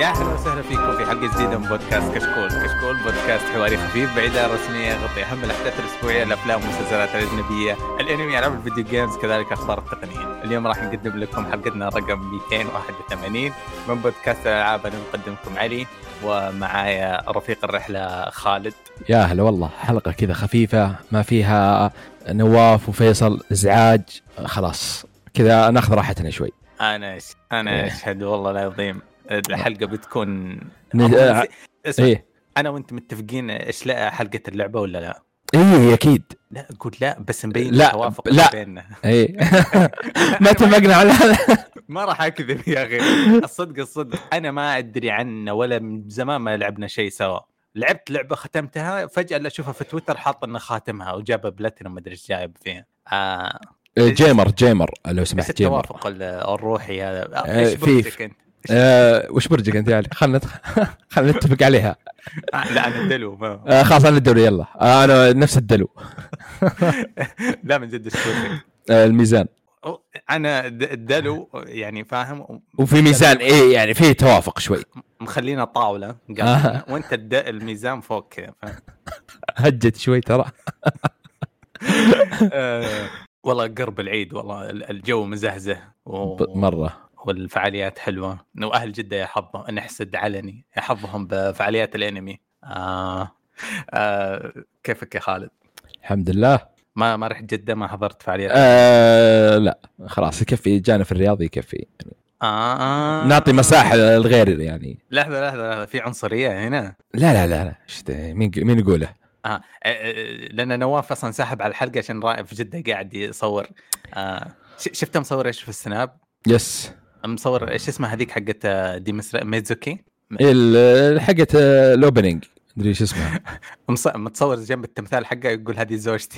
يا اهلا وسهلا فيكم في حلقه جديده من بودكاست كشكول بودكاست حواري خفيف بعيد عن الرسميه، يغطي اهم الاحداث الاسبوعيه، الافلام والمسلسلات الاجنبيه، الانمي، العاب الفيديو جيمز، كذلك اخبار التقنيه. اليوم راح نقدم لكم حلقتنا رقم 281 من بودكاست الالعاب. انا مقدمكم علي ومعايا رفيق الرحله خالد. يا أهلا والله، حلقة كذا خفيفة ما فيها نواف وفيصل إزعاج، خلاص كذا ناخذ راحتنا شوي. انا اشهد والله العظيم الحلقه بتكون إيه؟ انا وانت متفقين ايش لا حلقه اللعبه ولا لا؟ إيه أكيد. لا قلت لا بس نبين التوافق بيننا. إيه ما اتفقنا على هذا. ما راح اكذب يا اخي، الصدق انا ما ادري عنه ولا من زمان ما لعبنا شيء سوا. لعبت لعبه ختمتها فجاه اللي اشوفها في تويتر حاط انه خاتمها وجاب بلاتينوم ما ادري ايش جايب فيها. جيمر لو سمحت، جيمر. التوافق الروحي هذا ايش برجك انت؟ وش برجك انت يعني؟ خلنا نتفق عليها. لا انا الدلو خلاص انا الدلو، يلا انا نفس الدلو. لا من جد ايش برجك؟ الميزان. انا الدلو يعني فاهم، وفي ميزان ايه يعني فيه توافق شوي، مخلينا طاوله وانت الميزان فوق كذا هجت شوي ترى. والله قرب العيد، والله الجو مزهزه مره، والفعاليات حلوه، واهل جده يا حظهم، نحسد علني يا حظهم بفعاليات الانمي. كيفك يا خالد؟ الحمد لله. ما رحت جده، ما حضرت فعاليات؟ لا خلاص يكفي، جانا في الرياض يكفي يعني. نعطي مساحه للغير يعني. لحظه في عنصريه هنا؟ لا مين يقوله؟ لان نواف اصلا سحب على الحلقه عشان رائع في جده قاعد يصور. شفته مصور ايش في السناب؟ يس مصور ايش اسمها هذيك حقت ميزوكي، حقت الاوبننج ادري ايش اسمها. متصور جنب التمثال حقه يقول هذه زوجتي.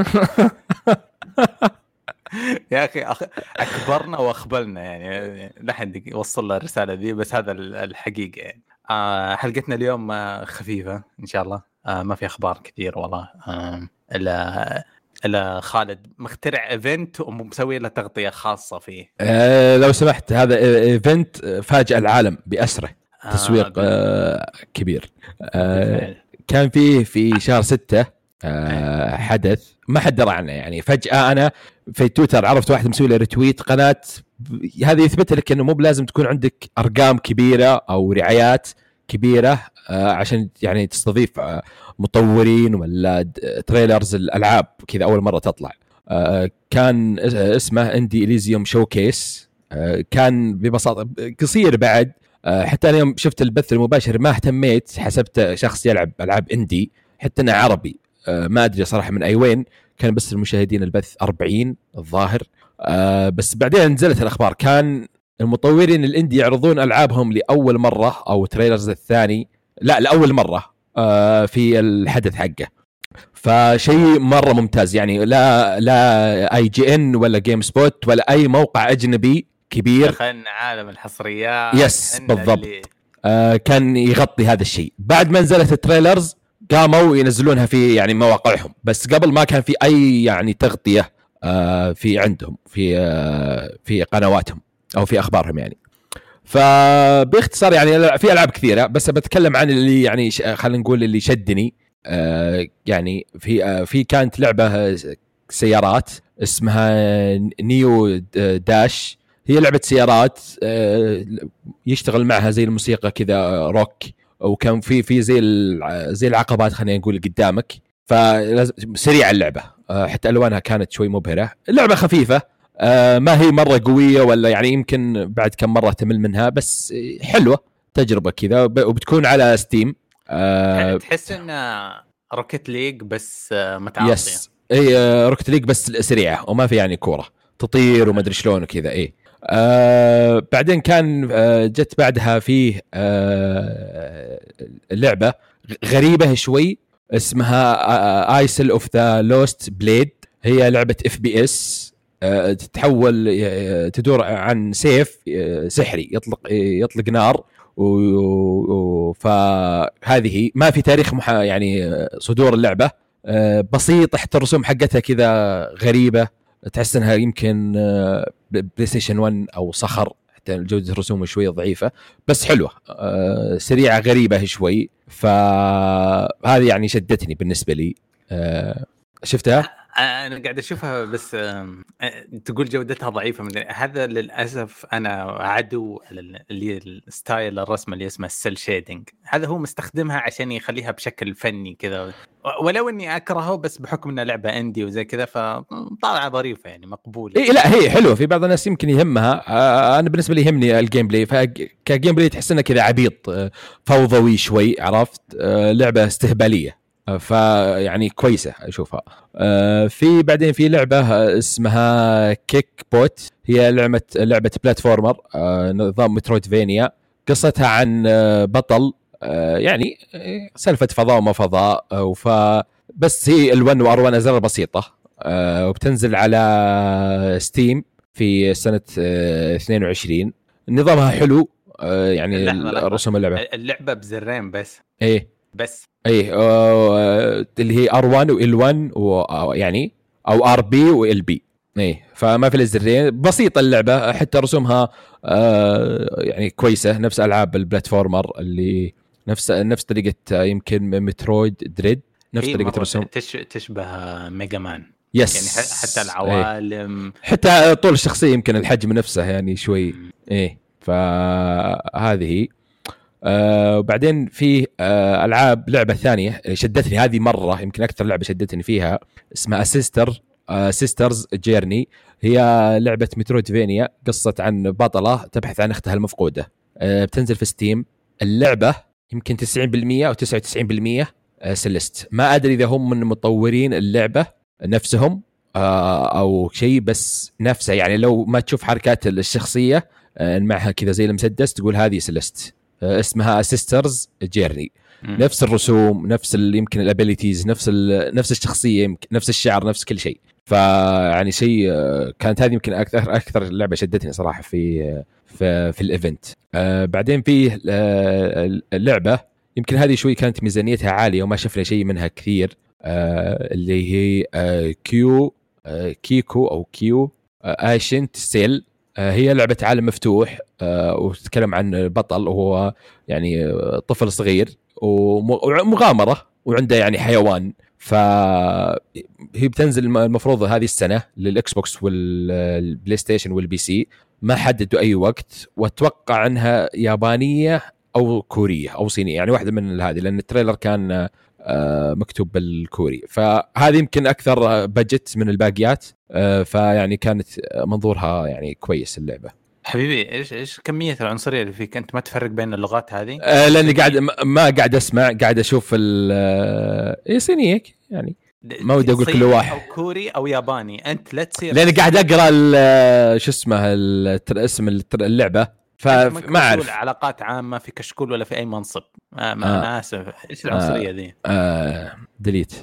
يا اخي اكبرنا واخبلنا يعني، لا حد يوصل له الرساله دي، بس هذا الحقيقه يعني. حلقتنا اليوم خفيفه ان شاء الله، ما في اخبار كثير والله. الا خالد مخترع ايفنت ومسوي له تغطيه خاصه فيه. لو سمحت، هذا ايفنت فاجأ العالم بأسره، تسويق كبير. كان فيه في شهر 6 حدث ما حد درى عنه يعني. فجأة أنا في تويتر عرفت واحد مسوي له ريتويت قناة. هذا يثبت لك إنه مو بلازم تكون عندك أرقام كبيرة أو رعايات كبيرة عشان يعني تستضيف مطورين ولا تريلرز الألعاب كذا أول مرة تطلع. كان اسمه اندي إليزيوم شوكيس. كان ببساطة قصير بعد. حتى أنا يوم شفت البث المباشر ما اهتميت، حسبت شخص يلعب ألعاب اندي، حتى أنا عربي ما أدري صراحة من أي وين. كان بس المشاهدين البث 40 الظاهر. بس بعدين نزلت الأخبار كان المطورين الاندي يعرضون ألعابهم لأول مرة أو تريلرز الثاني لأول مرة في الحدث حقه. فشيء مرة ممتاز يعني. لا اي جي ان ولا جيم سبوت ولا أي موقع أجنبي كبير دخلنا عالم الحصريات. يس بالضبط. كان يغطي هذا الشيء. بعد ما نزلت التريلرز قاموا ينزلونها في يعني مواقعهم، بس قبل ما كان في أي يعني تغطية في عندهم في قنواتهم أو في أخبارهم يعني. فباختصار يعني في ألعاب كثيرة، بس بتكلم عن اللي يعني خلينا نقول اللي شدني. يعني في كانت لعبة سيارات اسمها نيو داش. هي لعبة سيارات يشتغل معها زي الموسيقى كذا روك، وكان في زي العقبات خلينا نقول قدامك، فسريعة اللعبة. حتى ألوانها كانت شوي مبهرة. اللعبة خفيفة، ما هي مرة قوية ولا يعني يمكن بعد كم مرة تمل منها، بس حلوة تجربة كذا، وبتكون على ستيم. تحس إن روكيت ليج بس متعاطية. يس اي روكيت ليج بس سريعة وما في يعني كورة تطير وما ادري شلون وكذا. ايه بعدين كان جت بعدها فيه لعبة غريبة شوي اسمها ايسل اوف ذا لوست بليد. هي لعبة FPS تتحول تدور عن سيف سحري يطلق نار. فهذه ما في تاريخ يعني صدور اللعبة بسيط. حتى الرسوم حقتها كذا غريبة، تحس انها يمكن بلاي ستيشن 1 او صخر جودة الرسوم شوي ضعيفة بس حلوة، سريعة غريبة شوي، فهذه يعني شدتني بالنسبة لي. شفتها؟ انا قاعد اشوفها بس تقول جودتها ضعيفه، من هذا للاسف انا عدو اللي الستايل الرسم اللي اسمه السيل شيدنج، هذا هو مستخدمها عشان يخليها بشكل فني كذا، ولو اني اكرهه بس بحكم انها لعبه اندي وزي كذا فطالعه ظريفه يعني مقبوله. إيه لا هي حلوه، في بعض الناس يمكن يهمها، انا بالنسبه لي يهمني الجيم بلاي، فكجيم بلاي تحس انه كذا عبيط، فوضوي شوي، عرفت؟ لعبه استهباليه، فيعني كويسه اشوفها. في بعدين في لعبه اسمها كيك بوت، هي لعبه بلاتفورمر، نظام مترويدفينيا، قصتها عن بطل يعني سالفه فضاء وما فضاء، بس هي ال1 وار1 ازرار بسيطه، وبتنزل على ستيم في سنه 22. نظامها حلو، يعني رسم اللعبه بزرين بس. ايه بس ايه اللي هي R1 و L1 يعني او RB و LB، ايه فما في الزرين، بسيطه اللعبه، حتى رسومها يعني كويسه، نفس العاب البلاتفورمر اللي نفس طريقه يمكن مترويد دريد، نفس طريقه الرسوم، تشبه ميجا مان يس، يعني حتى العوالم، ايه. حتى طول الشخصيه يمكن الحجم نفسه يعني شوي، ايه فهذه. وبعدين في ألعاب، لعبة ثانية شدتني هذه مرة، يمكن أكثر لعبة شدتني فيها، اسمها سيسترز جيرني، هي لعبة مترويدفينيا، قصة عن بطلة تبحث عن أختها المفقودة، بتنزل في ستيم. اللعبة يمكن 90% أو 99% سلست، ما أدري إذا هم من مطورين اللعبة نفسهم أو شيء، بس نفسه يعني لو ما تشوف حركات الشخصية معها كذا زي المسدس تقول هذه سلست. اسمها سيسترز جيرني، نفس الرسوم، نفس يمكن الابيليتيز، نفس الشخصيه، يمكن نفس الشعر، نفس كل شيء، فيعني شيء كانت هذه يمكن اكثر لعبه شدتني صراحه في الايفنت. بعدين في اللعبه يمكن هذه شوي كانت ميزانيتها عاليه وما شفنا شيء منها كثير، اللي هي كيكو او كيو اشنت سيل، هي لعبة عالم مفتوح، وتتكلم عن بطل وهو يعني طفل صغير ومغامرة وعنده يعني حيوان، فهي بتنزل المفروض هذه السنة للإكس بوكس والبلاي ستيشن والبي سي، ما حددوا أي وقت، واتوقع أنها يابانية أو كورية أو صينية، يعني واحدة من هذه، لأن التريلر كان مكتوب بالكوري، فهذه يمكن أكثر بجت من الباقيات، فيعني كانت منظورها يعني كويس اللعبة. حبيبي ايش كمية العنصرية اللي فيك، انت ما تفرق بين اللغات هذه؟ لاني ما قاعد اسمع، قاعد اشوف صينية يعني، ما ودي اقول كل واحد او كوري او ياباني، انت لا تصير، لاني قاعد اقرا شو اسمه اسم اللعبة، فما اعرف علاقات عامة في كشكول ولا في اي منصب، انا اسف، ايش العنصرية ذي؟ ديليت.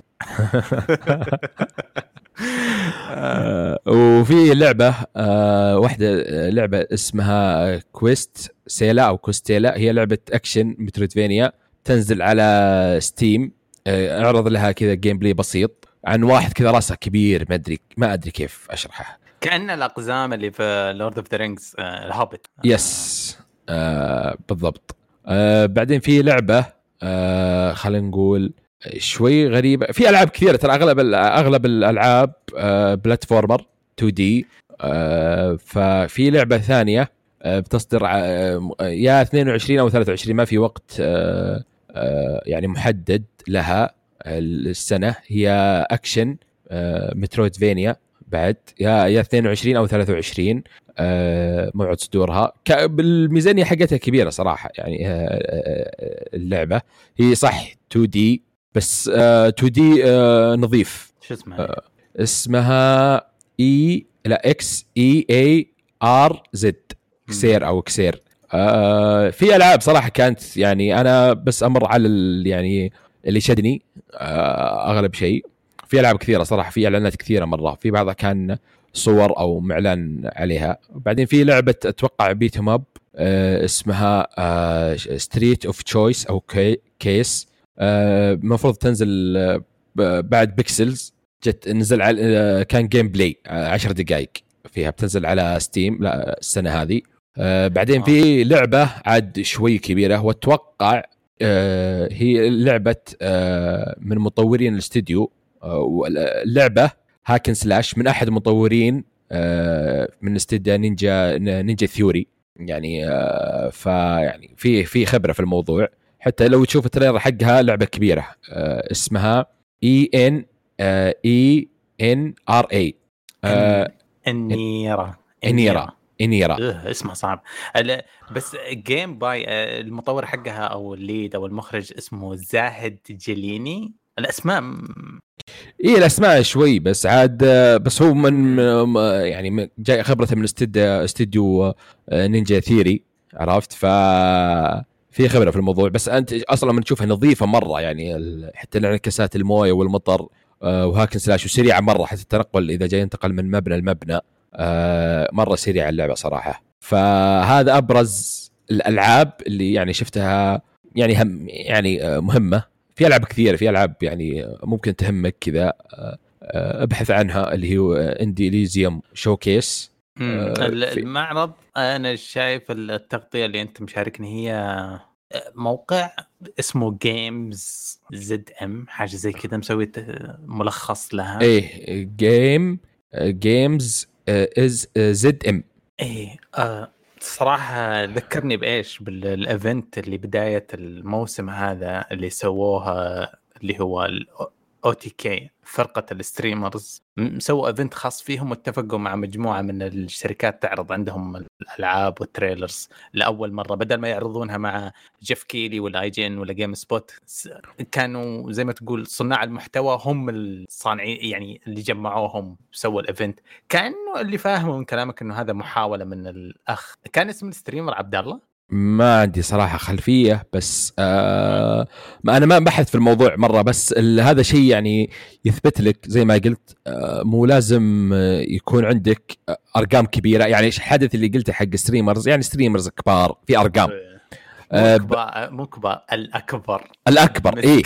وفي لعبة واحدة، لعبة اسمها كويست سيلا أو كوستيلا، هي لعبة أكشن مترويدفينيا، تنزل على ستيم، أعرض لها كذا جيم بلاي بسيط عن واحد كذا راسه كبير، ما أدري كيف أشرحه، كأن الأقزام اللي في لورد اوف ذا رينجز، الهوبت. يس بالضبط. بعدين في لعبة خلينا نقول شوي غريبة، في ألعاب كثيرة ترى، أغلب الألعاب بلاتفورمر 2D، ففي لعبة ثانية بتصدر يا 22 أو 23، ما في وقت يعني محدد لها السنة، هي أكشن مترويدفينيا بعد، يا 22 أو 23 موعد صدورها، بالميزانية حقتها كبيرة صراحة يعني. اللعبة هي صح 2D بس 2D نظيف. شو اسمها؟ اسمها XEARZ، كسير او كسير. في العاب صراحه كانت يعني انا بس امر على يعني اللي شدني اغلب شيء. في العاب كثيره صراحه، في اعلانات كثيره مره، في بعضها كان صور او معلن عليها. وبعدين في لعبه اتوقع بيتم اب اسمها ستريت اوف تشويس او كيس، المفروض تنزل بعد بيكسلز، نزل على كان جيم بلاي 10 دقائق فيها، بتنزل على ستيم لا السنه هذه، بعدين في لعبه عاد شوي كبيره، واتوقع هي لعبه من مطورين الاستديو، اللعبه هاكن سلاش من احد مطورين من استديو نينجا ثيوري يعني. فيعني في خبره في الموضوع، حتى لو تشوف التريلر حقها لعبه كبيره اسمها ENERA انيرا. اسمها صعب. بس جيم باي المطور حقها او الليد او المخرج اسمه زاهد جليني. الاسماء الاسماء شوي بس عاد، بس هو من يعني جاي خبرته من استديو نينجا ثيري، عرفت؟ ف في خبره في الموضوع. بس انت اصلا لما تشوفها نظيفه مره يعني، حتى انعكاسات المويه والمطر وهاكن سلاش وسريعه مره، حتى التنقل اذا جاي ينتقل من مبنى لمبنى مره سريعه اللعبه صراحه. فهذا ابرز الالعاب اللي يعني شفتها يعني هم يعني مهمه. في العاب كثيره، في العاب يعني ممكن تهمك كذا ابحث عنها، اللي هو اندي اليزيوم شوكيس. المعرض انا شايف التغطيه اللي انت مشاركني هي موقع اسمه جيمز زد ام، حاجه زي كذا، مسوي ملخص لها. ايه جيمز از زد ام. ايه صراحه ذكرني بايش بالايفنت اللي بدايه الموسم هذا اللي سووها، اللي هو OTK فرقة الستريمرز، سووا ايفنت خاص فيهم واتفقوا مع مجموعة من الشركات تعرض عندهم الألعاب والتريلرز لأول مرة، بدل ما يعرضونها مع جيف كيلي ولا IGN ولا جيم سبوت. كانوا زي ما تقول صناع المحتوى هم الصانعين يعني، اللي جمعوهم سووا الايفنت. كانوا اللي فاهموا من كلامك انه هذا محاولة من الأخ، كان اسم الستريمر عبد الله. ما عندي صراحة خلفية، بس ما أنا ما بحث في الموضوع مرة، بس هذا شيء يعني يثبت لك زي ما قلت مو لازم يكون عندك أرقام كبيرة. يعني الحدث اللي قلته حق ستريمرز، يعني ستريمرز كبار في أرقام، مو كبار، الأكبر إيه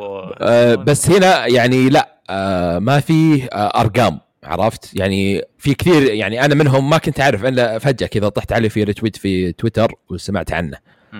بس هنا يعني لا ما في أرقام، عرفت؟ يعني في كثير يعني انا منهم ما كنت اعرف الا فجاه كذا طحت عليه في ريتويت في تويتر وسمعت عنه.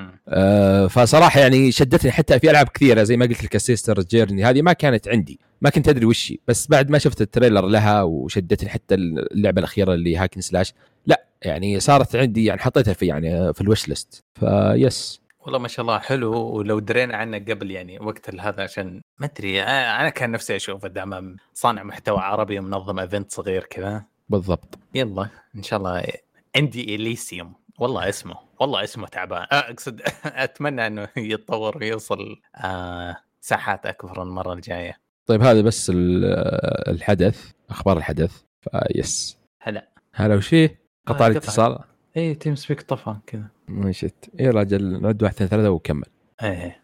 فصراحه يعني شدتني، حتى في العاب كثيره زي ما قلت لك سيستر جيرني هذه ما كانت عندي، ما كنت ادري وشي، بس بعد ما شفت التريلر لها وشدتني، حتى اللعبه الاخيره اللي هاكن سلاش لا يعني صارت عندي يعني حطيتها في يعني في الوش ليست. فيس والله ما شاء الله حلو. ولو درينا عنه قبل يعني وقت هذا، عشان ما ادري انا كان نفسي اشوف دائما صانع محتوى عربي منظم ايفنت صغير كذا. بالضبط. يلا ان شاء الله. عندي إليسيوم والله اسمه تعبان، اقصد اتمنى انه يتطور ويوصل ساحات اكبر المره الجايه. طيب هذا بس الحدث، اخبار الحدث. فيس هلا وشي قطع الاتصال. ايه تيم سبيك طفى كذا مشيت. ايه راجل نعد 1 2 3 وكمل. ايه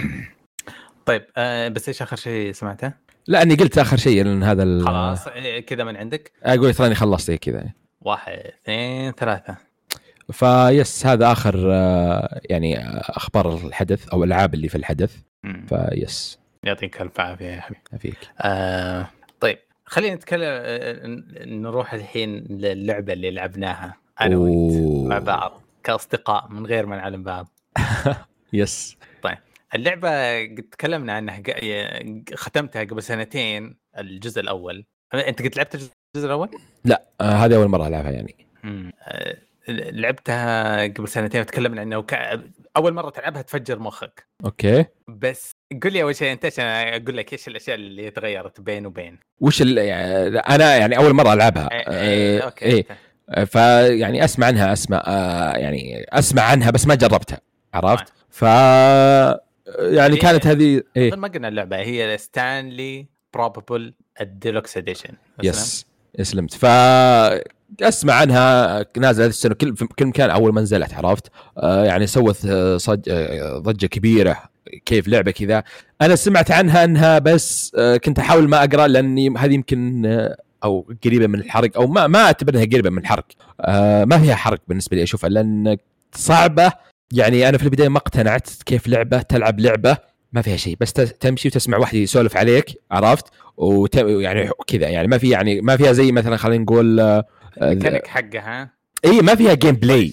طيب بس ايش اخر شيء سمعته؟ لا اني قلت اخر شيء لان هذا خلاص كذا من عندك اقول تراني خلصت كذا 1 2 3. فيس هذا اخر يعني اخبار الحدث او الالعاب اللي في الحدث. فيس يعطيك الف عافيه يا حبيبي. فيك. طيب خلينا نتكلم، نروح الحين للعبه اللي لعبناها انا وانت مع بعض كاصدقاء من غير ما نعلم بعض. يس. طيب اللعبه قد تكلمنا عنها، ختمتها قبل 2 الجزء الاول. انت قد لعبت الجزء الاول؟ لا هذه اول مره العبها يعني. لعبتها قبل 2 وتكلمنا عنه اول مره تلعبها تفجر مخك. اوكي بس قل لي اول شيء انت عشان اقول لك ايش الاشياء اللي تغيرت بين وبين. وش يعني انا يعني اول مره العبها. اوكي إيه. فيعني اسمع عنها يعني اسمع عنها بس ما جربتها، عرفت؟ ف يعني كانت هذه ايه ما قلنا اللعبه هي ستانلي بروبابل الديلوكس اديشن. يس اسلمت. ف اسمع عنها نازله هذه السنه كل مكان اول ما نزلت، عرفت؟ يعني سوت ضجه كبيره. كيف لعبه كذا؟ انا سمعت عنها انها بس كنت احاول ما اقرا لاني هذه يمكن او قريبه من الحرق، او ما اعتبرها قريبه من الحرق. ما فيها حرق بالنسبه لي اشوفها لان صعبه. يعني انا في البدايه ما اقتنعت كيف لعبه تلعب لعبه ما فيها شيء، بس تمشي وتسمع واحد يسولف عليك، عرفت؟ يعني كذا يعني ما فيها زي مثلا خلينا نقول الميكانيك حقها. اي ما فيها جيم بلاي،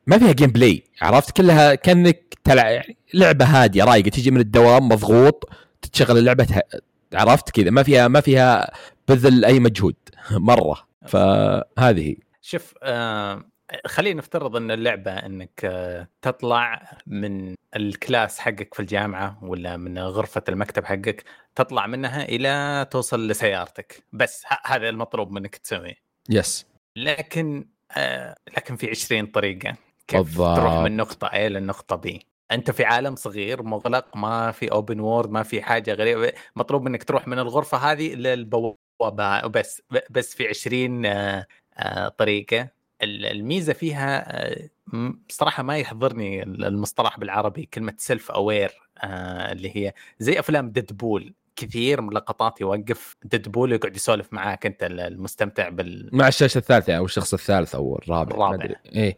ما فيها جيم بلاي، عرفت؟ كلها كأنك تلعب لعبة هادية رايقة، تيجي من الدوام مضغوط تشغل اللعبة، عرفت كذا، ما فيها بذل أي مجهود مرة. فهذه شوف خلينا نفترض ان اللعبة انك تطلع من الكلاس حقك في الجامعة ولا من غرفة المكتب حقك، تطلع منها الى توصل لسيارتك، بس هذا المطلوب منك تسويه. يس. لكن في 20 طريقة كيف بالضبط. تروح من نقطة A للنقطة B. انت في عالم صغير مغلق، ما في اوبن وورد، ما في حاجة غريبة، مطلوب منك تروح من الغرفة هذه للبوابة بس في 20 طريقة. الميزة فيها بصراحة ما يحضرني المصطلح بالعربي، كلمة سيلف أوير، اللي هي زي أفلام ديدبول، كثير من لقطات يوقف ديدبول يقعد يسولف معاك أنت المستمتع مع الشاشة الثالثة أو الشخص الثالث أو الرابع. ما أدري.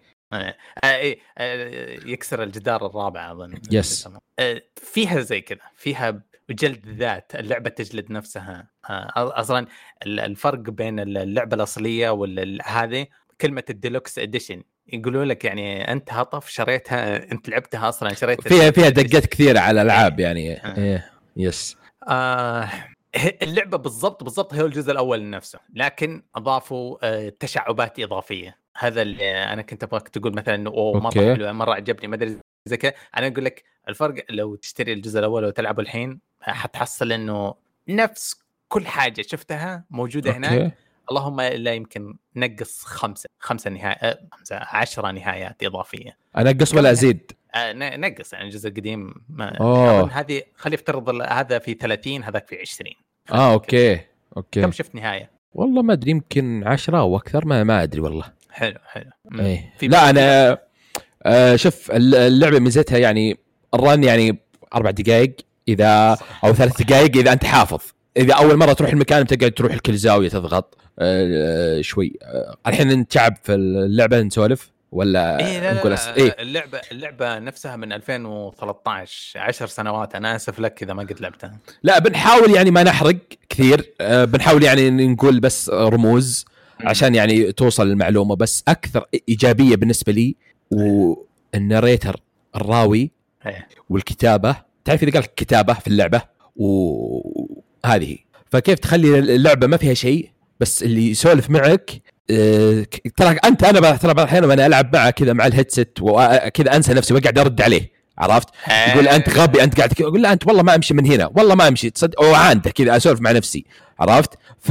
يكسر الجدار الرابع أظن. يس. فيها زي كذا، فيها جلد ذات، اللعبة تجلد نفسها. أصلا الفرق بين اللعبة الأصلية وهذه كلمة الديلوكس اديشن، يقولوا لك يعني انت هطف شريتها، انت لعبتها اصلا شريتها، فيها دقات كثيرة على الالعاب يعني. يس. اللعبة بالضبط هي الجزء الاول نفسه، لكن اضافوا تشعبات اضافية. هذا اللي انا كنت ابغاك تقول مثلا انه مرة حلو، مرة عجبني، ما ادري زي كذا. انا اقول لك الفرق لو تشتري الجزء الاول وتلعبه الحين حتحصل انه نفس كل حاجة شفتها موجودة هناك، اللهم لا يمكن نقص 5 نهايات، 10 نهايات إضافية. أنقص ولا أزيد؟ نقص يعني الجزء القديم هذه خلي افترض هذا في 30 هذاك في 20. أوكي. كم شفت نهاية؟ والله ما أدري، يمكن 10 أو أكثر، ما أدري والله. حلو. لا أنا شوف اللعبة ميزتها يعني الرن يعني 4 دقائق إذا أو 3 دقائق إذا أنت حافظ. إذا أول مرة تروح المكان بتقعد تروح لكل زاوية تضغط شوي. الحين نتشعب في اللعبة نسولف ولا نقول اللعبة نفسها من 2013، 10 سنوات. أنا آسف لك إذا ما قد لعبتها. لا بنحاول يعني ما نحرق كثير، بنحاول يعني نقول بس رموز عشان يعني توصل المعلومة، بس أكثر إيجابية بالنسبة لي والناريتر الراوي والكتابة. تعرف إذا قال الكتابة في اللعبة وهذه، فكيف تخلي اللعبة ما فيها شيء بس اللي يسولف معك ترى انت انا بعض الاحيان وانا العب معه كذا مع الهيدسيت وكذا انسى نفسي وقاعد ارد عليه، عرفت؟ يقول انت غبي، انت قاعد اقول لا انت والله ما امشي من هنا، والله ما امشي، تصدق او عنده كذا اسولف مع نفسي، عرفت؟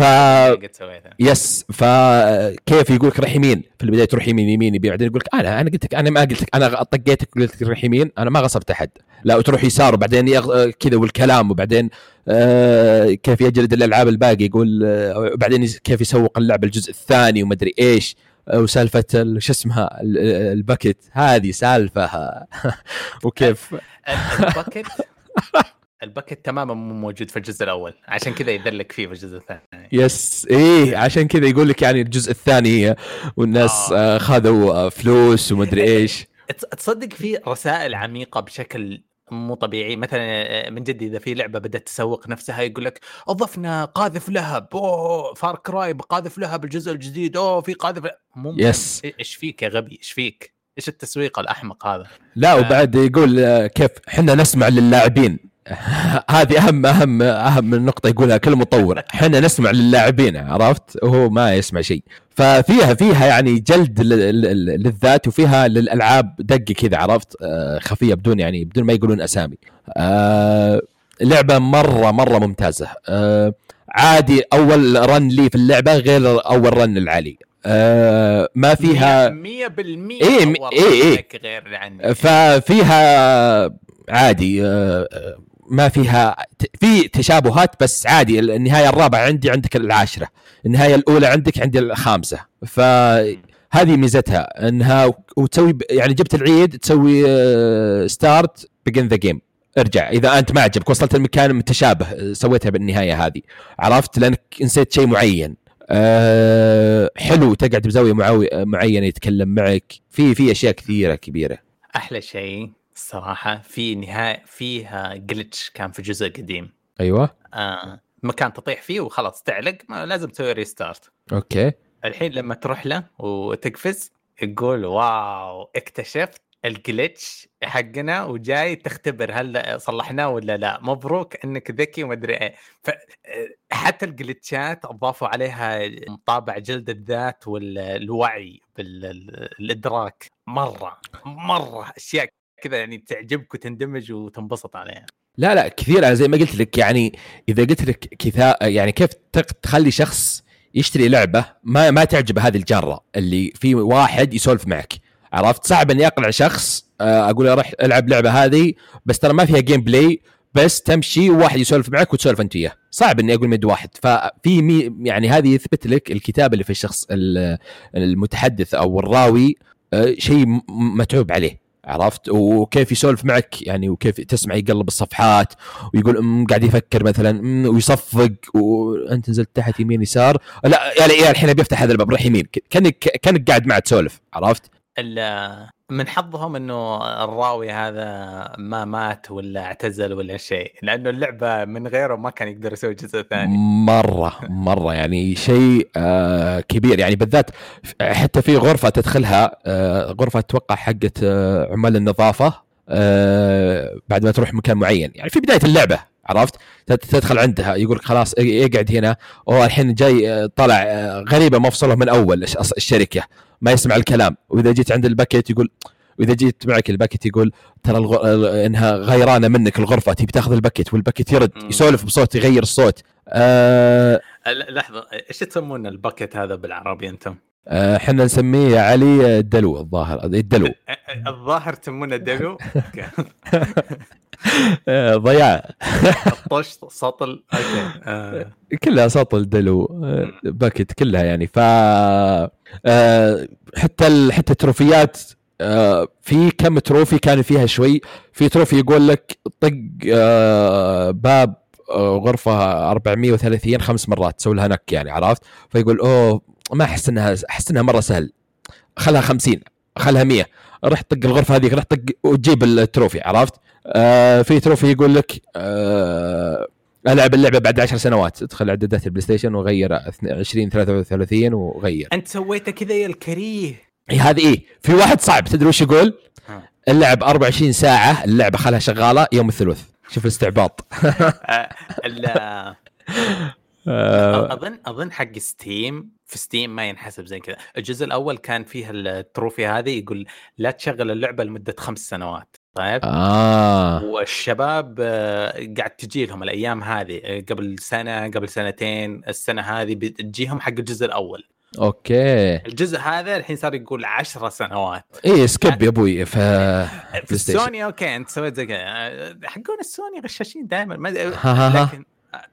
يس. فكيف يقول لك روح يمين في البدايه، تروح يمين بعدين يقول لك انا قلت لك، انا ما قلت لك، انا طقيتك قلت لك روح يمين، انا ما غصبت احد. لا وتروح يسار وبعدين كذا والكلام، وبعدين كيف يجلد الالعاب الباقي، يقول وبعدين كيف يسوق اللعبه الجزء الثاني وما ادري ايش، وسالفه شو اسمها الباكيت هذه سالفه وكيف الباكيت تماما مو موجود في الجزء الاول، عشان كذا يدلك فيه في الجزء الثاني. يس عشان كذا يقول لك يعني الجزء الثاني والناس خذوا فلوس وما ادري ايش. تصدق في رسائل عميقه بشكل مو طبيعي. مثلا من جد اذا في لعبه بدات تسوق نفسها يقول لك اضفنا قاذف لهب، فار كراي بقاذف لهب الجزء الجديد، في قاذف يس. ايش فيك يا غبي، ايش فيك، ايش التسويق الاحمق هذا؟ لا وبعد يقول كيف احنا نسمع للاعبين. هذه اهم النقطه يقولها كل مطور، احنا نسمع للاعبين، عرفت؟ وهو ما يسمع شيء. فيها يعني جلد للذات، وفيها للالعاب دق كذا، عرفت؟ خفيه بدون ما يقولون اسامي. لعبه مره ممتازه. عادي اول رن لي في اللعبه غير اول رن العالي. ما فيها 100% غير يعني. ففيها عادي، ما فيها في تشابهات بس عادي. النهاية الرابعة عندك 10، النهاية الأولى عندك عندي 5. فهذه ميزتها انها وتسوي يعني جبت العيد تسوي ستارت بيجن ذا جيم، ارجع اذا انت ما عجبك وصلت المكان متشابه سويتها بالنهاية هذه، عرفت؟ لانك نسيت شيء معين. حلو تقعد بزاوية معينة يتكلم معك في اشياء كثيرة كبيرة. احلى شيء الصراحة في نهاية فيها جلتش كان في جزء قديم. أيوة. مكان تطيح فيه وخلاص تعلق، ما لازم تسوي ريستارت. أوكي. الحين لما تروح له وتقفز يقول واو اكتشفت الجليتش حقنا وجاي تختبر هل صلحناه ولا لا، مبروك انك ذكي وما ادري ايه. حتى الجليتشات اضافوا عليها طابع جلد الذات والوعي بالادراك. مره اشياء كذا يعني تعجبك وتندمج وتنبسط عليها. لا كثير، زي ما قلت لك يعني اذا قلت لك كذا يعني كيف تخلي شخص يشتري لعبه ما تعجبه هذه الجاره اللي في واحد يسولف معك، عرفت؟ صعب اني اقنع شخص اقول له روح العب لعبه هذه بس ترى ما فيها جيم بلاي، بس تمشي وواحد يسولف معك وتسولف انت وياه. صعب اني اقول مد واحد. ففي يعني هذه يثبت لك الكتاب اللي في الشخص المتحدث او الراوي شيء متعوب عليه، عرفت؟ وكيف يسولف معك يعني، وكيف تسمع يقلب الصفحات ويقول قاعد يفكر مثلا ويصفق وانت نزلت تحت يمين يسار، لا يا الحين بيفتح هذا الباب روح يمين، كانك قاعد معه تسولف، عرفت؟ من حظهم انه الراوي هذا ما مات ولا اعتزل ولا شيء، لانه اللعبه من غيره ما كان يقدر يسوي جزء ثاني. مره يعني شيء كبير يعني، بالذات حتى في غرفه تدخلها غرفه اتوقع حقت عمال النظافه بعد ما تروح مكان معين يعني في بدايه اللعبه، عرفت؟ تدخل عندها يقولك خلاص اقعد هنا، الحين جاي طلع غريبه مفصوله من اول الشركه ما يسمع الكلام، واذا جيت عند الباكيت يقول، واذا جيت معك الباكيت يقول ترى انها غيرانه منك الغرفه تبي تاخذ الباكيت، والباكيت يرد يسولف بصوت يغير الصوت. لحظه، ايش تسمون الباكيت هذا بالعربي انتم؟ احنا نسميه علي الدلو، الظاهر الدلو. الظاهر تسمونه دلو. ضياع. طش سطل كلها سطل دلو باكيت كلها يعني. ف حتى التروفيات في كم تروفي كان فيها شوي، في تروفي يقول لك طق باب غرفه 430 5 مرات تسوي لها نك يعني، عرفت؟ فيقول ما احس انها مره سهل، خلها 50 خلها 100 رح طق الغرفه هذيك رح طق وتجيب التروفي، عرفت؟ في تروفي يقول لك العب اللعبه بعد 10 سنوات، ادخل اعدادات البلاي ستيشن وغير 2033 وغير. انت سويته كذا يا الكريه. هذه ايه. في واحد صعب تدري وش يقول؟ اللعب 24 ساعه، اللعبه خلها شغاله يوم الثلاث. شوف الاستعباط. اظن حق ستيم، في ستيم ما ينحسب زي كذا. الجزء الاول كان فيه التروفي هذه يقول لا تشغل اللعبه لمده 5 سنوات. طيب والشباب قاعد تجي لهم الايام هذه قبل سنه قبل سنتين، السنه هذه بتجيهم حق الجزء الاول. اوكي الجزء هذا الحين صار يقول 10 سنوات. ايه سكيب يا ابوي. في السوني اوكي انت سويت زي كذا، حقون السوني غشاشين دائما. لكن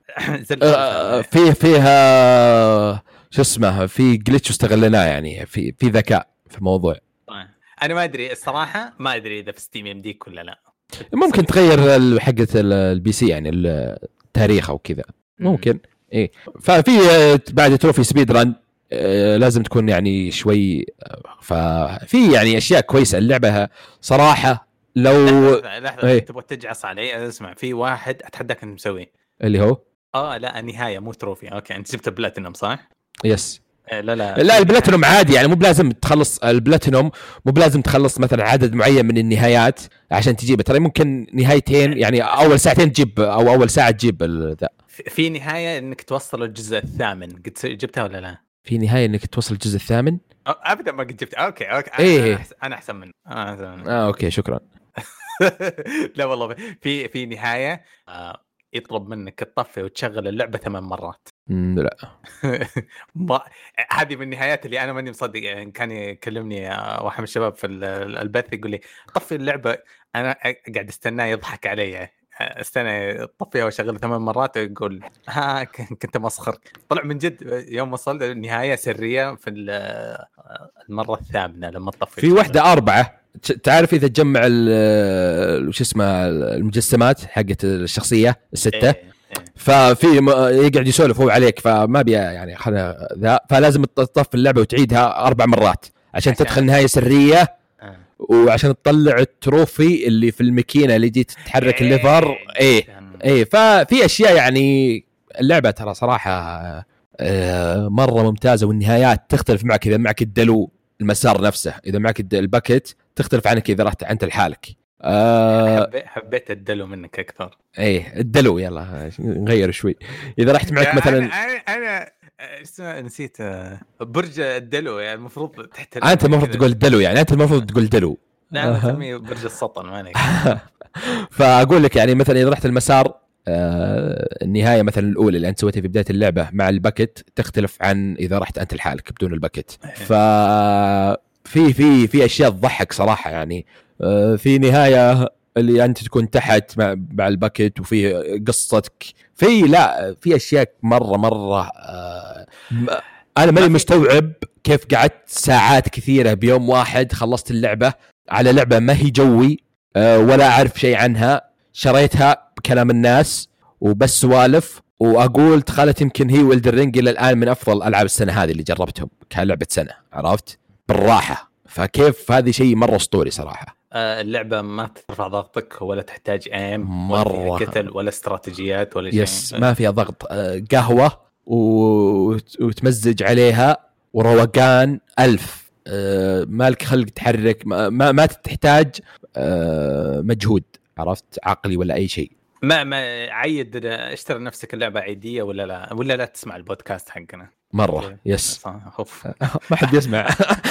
فيها شو اسمه، في جليتش استغلناه يعني، في ذكاء في الموضوع. انا ما ادري الصراحه، ما ادري اذا في ستيم يمديك ولا لا. ممكن تغير حقه البي سي يعني التاريخ او كذا ممكن. ايه ففي بعد تروفي سبيد ران لازم تكون يعني شوي، ففي يعني اشياء كويسه اللعبه صراحه. لو لحظه تبغى تجعص علي، اسمع في واحد اتحداك انت مسوي اللي هو لا النهايه مو تروفي. اوكي انت جبت بلاتينوم صح؟ يس. لا البلاتينوم عادي يعني، مو بلازم تخلص البلاتينوم، مو بلازم تخلص مثلا عدد معين من النهايات عشان تجيبه. ترى ممكن نهايتين يعني، اول ساعتين تجيب او اول ساعه تجيب ذا. في نهايه انك توصل الجزء الثامن، قد جبتها ولا لا؟ في نهايه انك توصل الجزء الثامن؟ ابدا ما قد جبت. اوكي إيه. انا احسن من اوكي شكرا. لا والله في نهايه يطلب منك تطفي وتشغل اللعبه 8 مرات. لا هذه من النهايات اللي انا ماني مصدق. يعني كان يكلمني واحد من الشباب في البث يقول لي طفي اللعبه، انا قاعد استناه يضحك علي، استنى طفيها وشغلها 8 مرات ويقول كنت مسخر. طلع من جد يوم وصل النهايه سريه في المره الثامنه لما تطفي. في واحده 4 تعرف اذا تجمع وش اسمه المجسمات حقت الشخصيه ال6 ففي يقعد يسولف هو عليك، فما بي يعني خلنا ذا، فلازم تطفي اللعبه وتعيدها 4 مرات عشان تدخل نهايه سريه وعشان تطلع التروفي اللي في الماكينه اللي جيت تتحرك الليفر. ايه ففي اشياء يعني اللعبه ترى صراحه مره ممتازه، والنهايات تختلف معك اذا معك الدلو المسار نفسه. اذا معك الباكيت تختلف عنك اذا رحت انت لحالك. حبيت الدلو منك اكثر. ايه الدلو، يلا نغير شوي. اذا رحت معك مثلا انا نسيت برج الدلو، يعني المفروض تحترم. انت المفروض تقول الدلو، يعني انت المفروض تقول دلو. لا انا اسميه برج السطن مانك. فاقول لك يعني مثلا اذا رحت المسار النهايه مثلا الاولى اللي انت سويتها في بدايه اللعبه مع الباكيت تختلف عن اذا رحت انت لحالك بدون الباكيت. ف في اشياء تضحك صراحه يعني. في نهايه اللي انت تكون تحت مع الباكيت وفي قصتك في اشياء مره انا ماني مستوعب كيف قعدت ساعات كثيره بيوم واحد خلصت اللعبه على لعبه ما هي جوي ولا اعرف شيء عنها، شريتها بكلام الناس وبس سوالف، واقول تخيلت يمكن هي ويلدر رينج الى الان من افضل العاب السنه هذه اللي جربتهم كلعبه سنه، عرفت بالراحه. فكيف هذه شيء مره اسطوري صراحه. اللعبه ما ترفع ضغطك ولا تحتاج ايم مرة ولا قتل ولا استراتيجيات ولا شيء. يس ما فيها ضغط، قهوه وتمزج عليها وروقان 1000. مالك خلق تحرك، ما تحتاج مجهود، عرفت، عقلي ولا اي شيء. ما عيد اشتري نفسك اللعبه عاديه ولا لا تسمع البودكاست حقنا مره. يس خوف ما حد يسمع.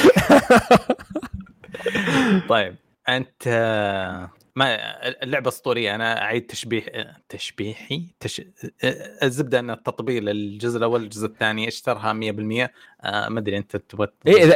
طيب انت ما اللعبه اسطوريه. انا اعيد تشبيحي الزبده ان التطبيق للجزء الاول الجزء الثاني اشترها 100%. ما ادري انت تبغى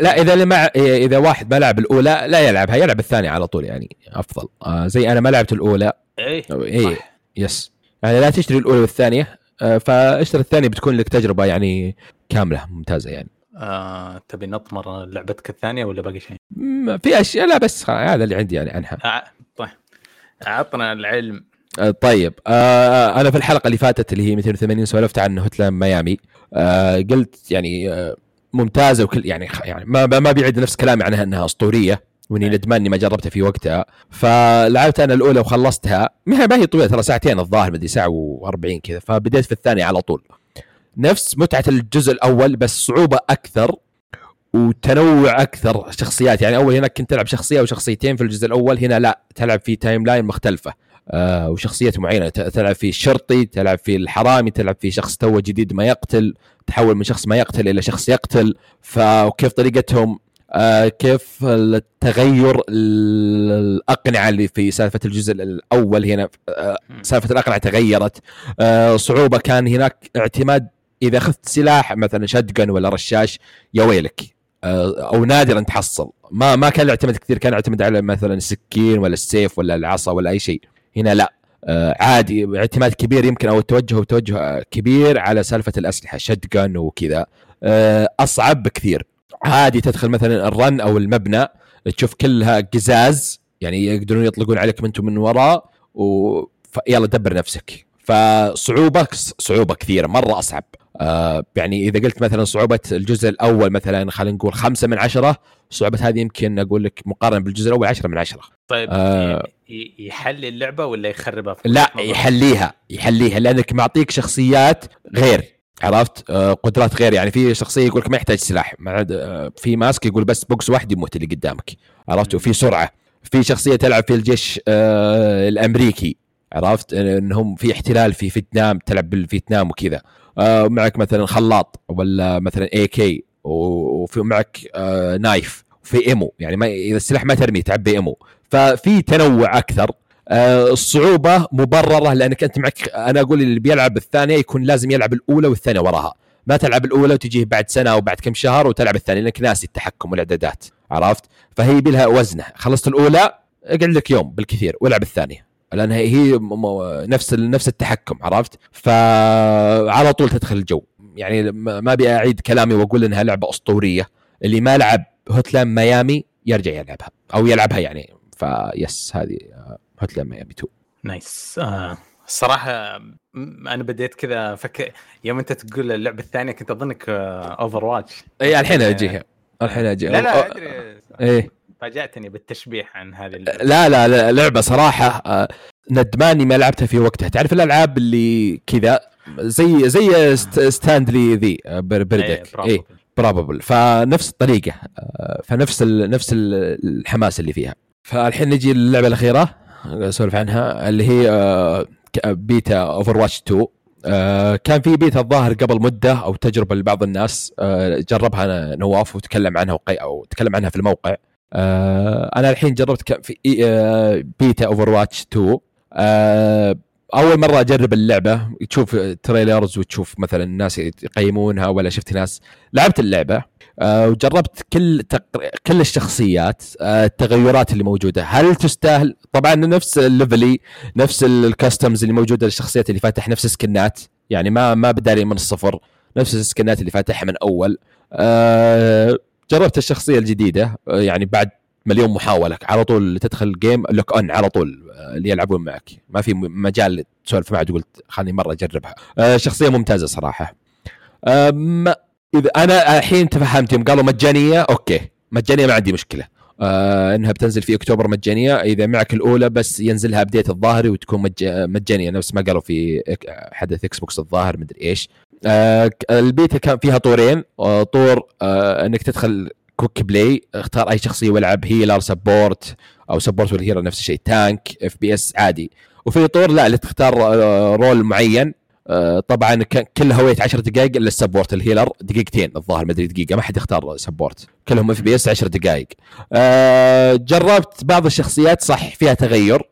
اذا واحد ما لعب الاولى لا يلعبها، يلعب الثانيه على طول يعني افضل. زي انا ما لعبت الاولى. ايه يس يعني لا تشتري الاولى والثانيه، فاشتري الثانيه بتكون لك تجربه يعني كامله ممتازه يعني. تبي نطمر لعبتك الثانيه ولا باقي شيء؟ في اشياء لا بس هذا اللي عندي يعني عنها. طيب عطنا العلم. طيب انا في الحلقه اللي فاتت اللي هي 280 سولفت عن هوتلاند ميامي. قلت يعني ممتازه وكل يعني ما بيعيد نفس كلامي عنها انها اسطوريه واني ندمان اني ما جربتها في وقتها. فلعبت انا الاولى وخلصتها، ما هي طويله ترى ساعتين الظاهر، بدي ساعه و40 كذا. فبديت في الثانيه على طول، نفس متعه الجزء الاول بس صعوبه اكثر وتنوع اكثر شخصيات. يعني اول هناك كنت تلعب شخصيه او شخصيتين في الجزء الاول، هنا لا تلعب في تايم لاين مختلفه وشخصيات معينه، تلعب في الشرطي، تلعب في الحرامي، تلعب في شخص توه جديد ما يقتل، تحول من شخص ما يقتل الى شخص يقتل. فكيف طريقتهم، كيف التغير الأقنعة اللي في سالفة الجزء الأول هنا سالفة الأقنعة تغيرت. صعوبة كان هناك اعتماد إذا أخذت سلاح مثلا شاتجن ولا رشاش يا ويلك، أو نادرا تحصل. ما كان الاعتماد كثير، كان اعتمد على مثلا السكين ولا السيف ولا العصا ولا أي شيء. هنا لا، عادي اعتماد كبير يمكن، أو توجه كبير على سالفة الأسلحة شاتجن وكذا. أصعب بكثير. عادي تدخل مثلا الرن او المبنى تشوف كلها قزاز، يعني يقدرون يطلقون عليك من وراء يلا دبر نفسك. فصعوبة كثيرة مرة أصعب. يعني إذا قلت مثلا صعوبة الجزء الأول مثلا خلينا نقول 5/10، صعوبة هذه يمكن أقول لك مقارنة بالجزء الأول 10/10. طيب يحلي اللعبة ولا يخربها؟ لا يحليها لأنك معطيك شخصيات غير، عرفت، قدرات غير. يعني في شخصية يقولك ما يحتاج سلاح، في ماسك يقول بس بوكس واحد يموت اللي قدامك، عرفت، وفي سرعة. في شخصية تلعب في الجيش الأمريكي، عرفت انهم في احتلال في فيتنام، تلعب بالفيتنام وكذا. معك مثلا خلاط ولا مثلا AK، وفي معك نايف، وفي ايمو، يعني ما اذا السلاح ما ترميه تعبي ايمو. ففي تنوع اكثر. الصعوبة مبررة لانك انت معك، انا اقول اللي بيلعب الثانية يكون لازم يلعب الاولى والثانية وراها، ما تلعب الاولى وتجيه بعد سنة او بعد كم شهر وتلعب الثانية لانك ناسي التحكم والاعدادات، عرفت. فهي بلها وزنه، خلصت الاولى اقعد لك يوم بالكثير والعب الثانية، لأنها هي نفس التحكم، عرفت. فعلى طول تدخل الجو. يعني ما بي أعيد كلامي وأقول إنها لعبة أسطورية. اللي ما لعب هوتلاند ميامي يرجع يلعبها أو يلعبها يعني. فيس هذه هوتلاند ميامي 2. نايس. الصراحة أنا بديت كذا يوم أنت تقول اللعبة الثانية كنت أظنك أوفر واتش. إيه الحين أجيها لا أدري. إيه فاجأتني بالتشبيح عن هذه اللعبة. لا لعبة صراحة ندماني ما لعبتها في وقتها. تعرف الألعاب اللي كذا زي ستاندلي ذي بردك. إيه بروبابل. فنفس الطريقه، نفس الحماس اللي فيها. فالحين نجي للعبه الاخيره اسولف عنها اللي هي بيتا اوفر واتش 2. كان في بيتا الظاهر قبل مده او تجربه لبعض الناس، جربها نواف وتكلم عنها او تكلم عنها في الموقع. انا الحين جربت في بيتا اوفر واتش 2. اول مره اجرب اللعبه، تشوف تريلرز وتشوف مثلا الناس يقيمونها، ولا شفت ناس. لعبت اللعبه وجربت كل الشخصيات، التغيرات اللي موجوده هل تستاهل. طبعا نفس الليفلي، نفس الكاستمز اللي موجوده للشخصيات اللي فاتح، نفس السكنات، يعني ما بداري من الصفر، نفس السكنات اللي فاتحها من اول. جربت الشخصيه الجديده يعني بعد مليون محاولة، على طول تدخل جيم لوك اون على طول، اللي يلعبون معك ما في مجال تسولف معه تقول خليني مرة أجربها. شخصية ممتازة صراحة. إذا أنا الحين تفهمت يوم قالوا مجانية، أوكي مجانية ما عندي مشكلة. إنها بتنزل في أكتوبر مجانية، إذا معك الأولى بس ينزلها أبديت الظاهري وتكون مجانية نفس ما قالوا في حدث إكس بوكس الظاهر مدري إيش. البيتا كان فيها طورين، طور إنك تدخل كوك بلاي، اختار اي شخصيه والعب، هيلر سبورت او سبورت والهيرو نفس الشيء، تانك اف بي اس عادي. وفي طور لا اللي تختار رول معين. طبعا كل هويه 10 دقائق الا السبورت الهيلر دقيقتين الظاهر مدري دقيقه، ما حد يختار سبورت، كلهم اف بي اس 10 دقائق. جربت بعض الشخصيات صح فيها تغير.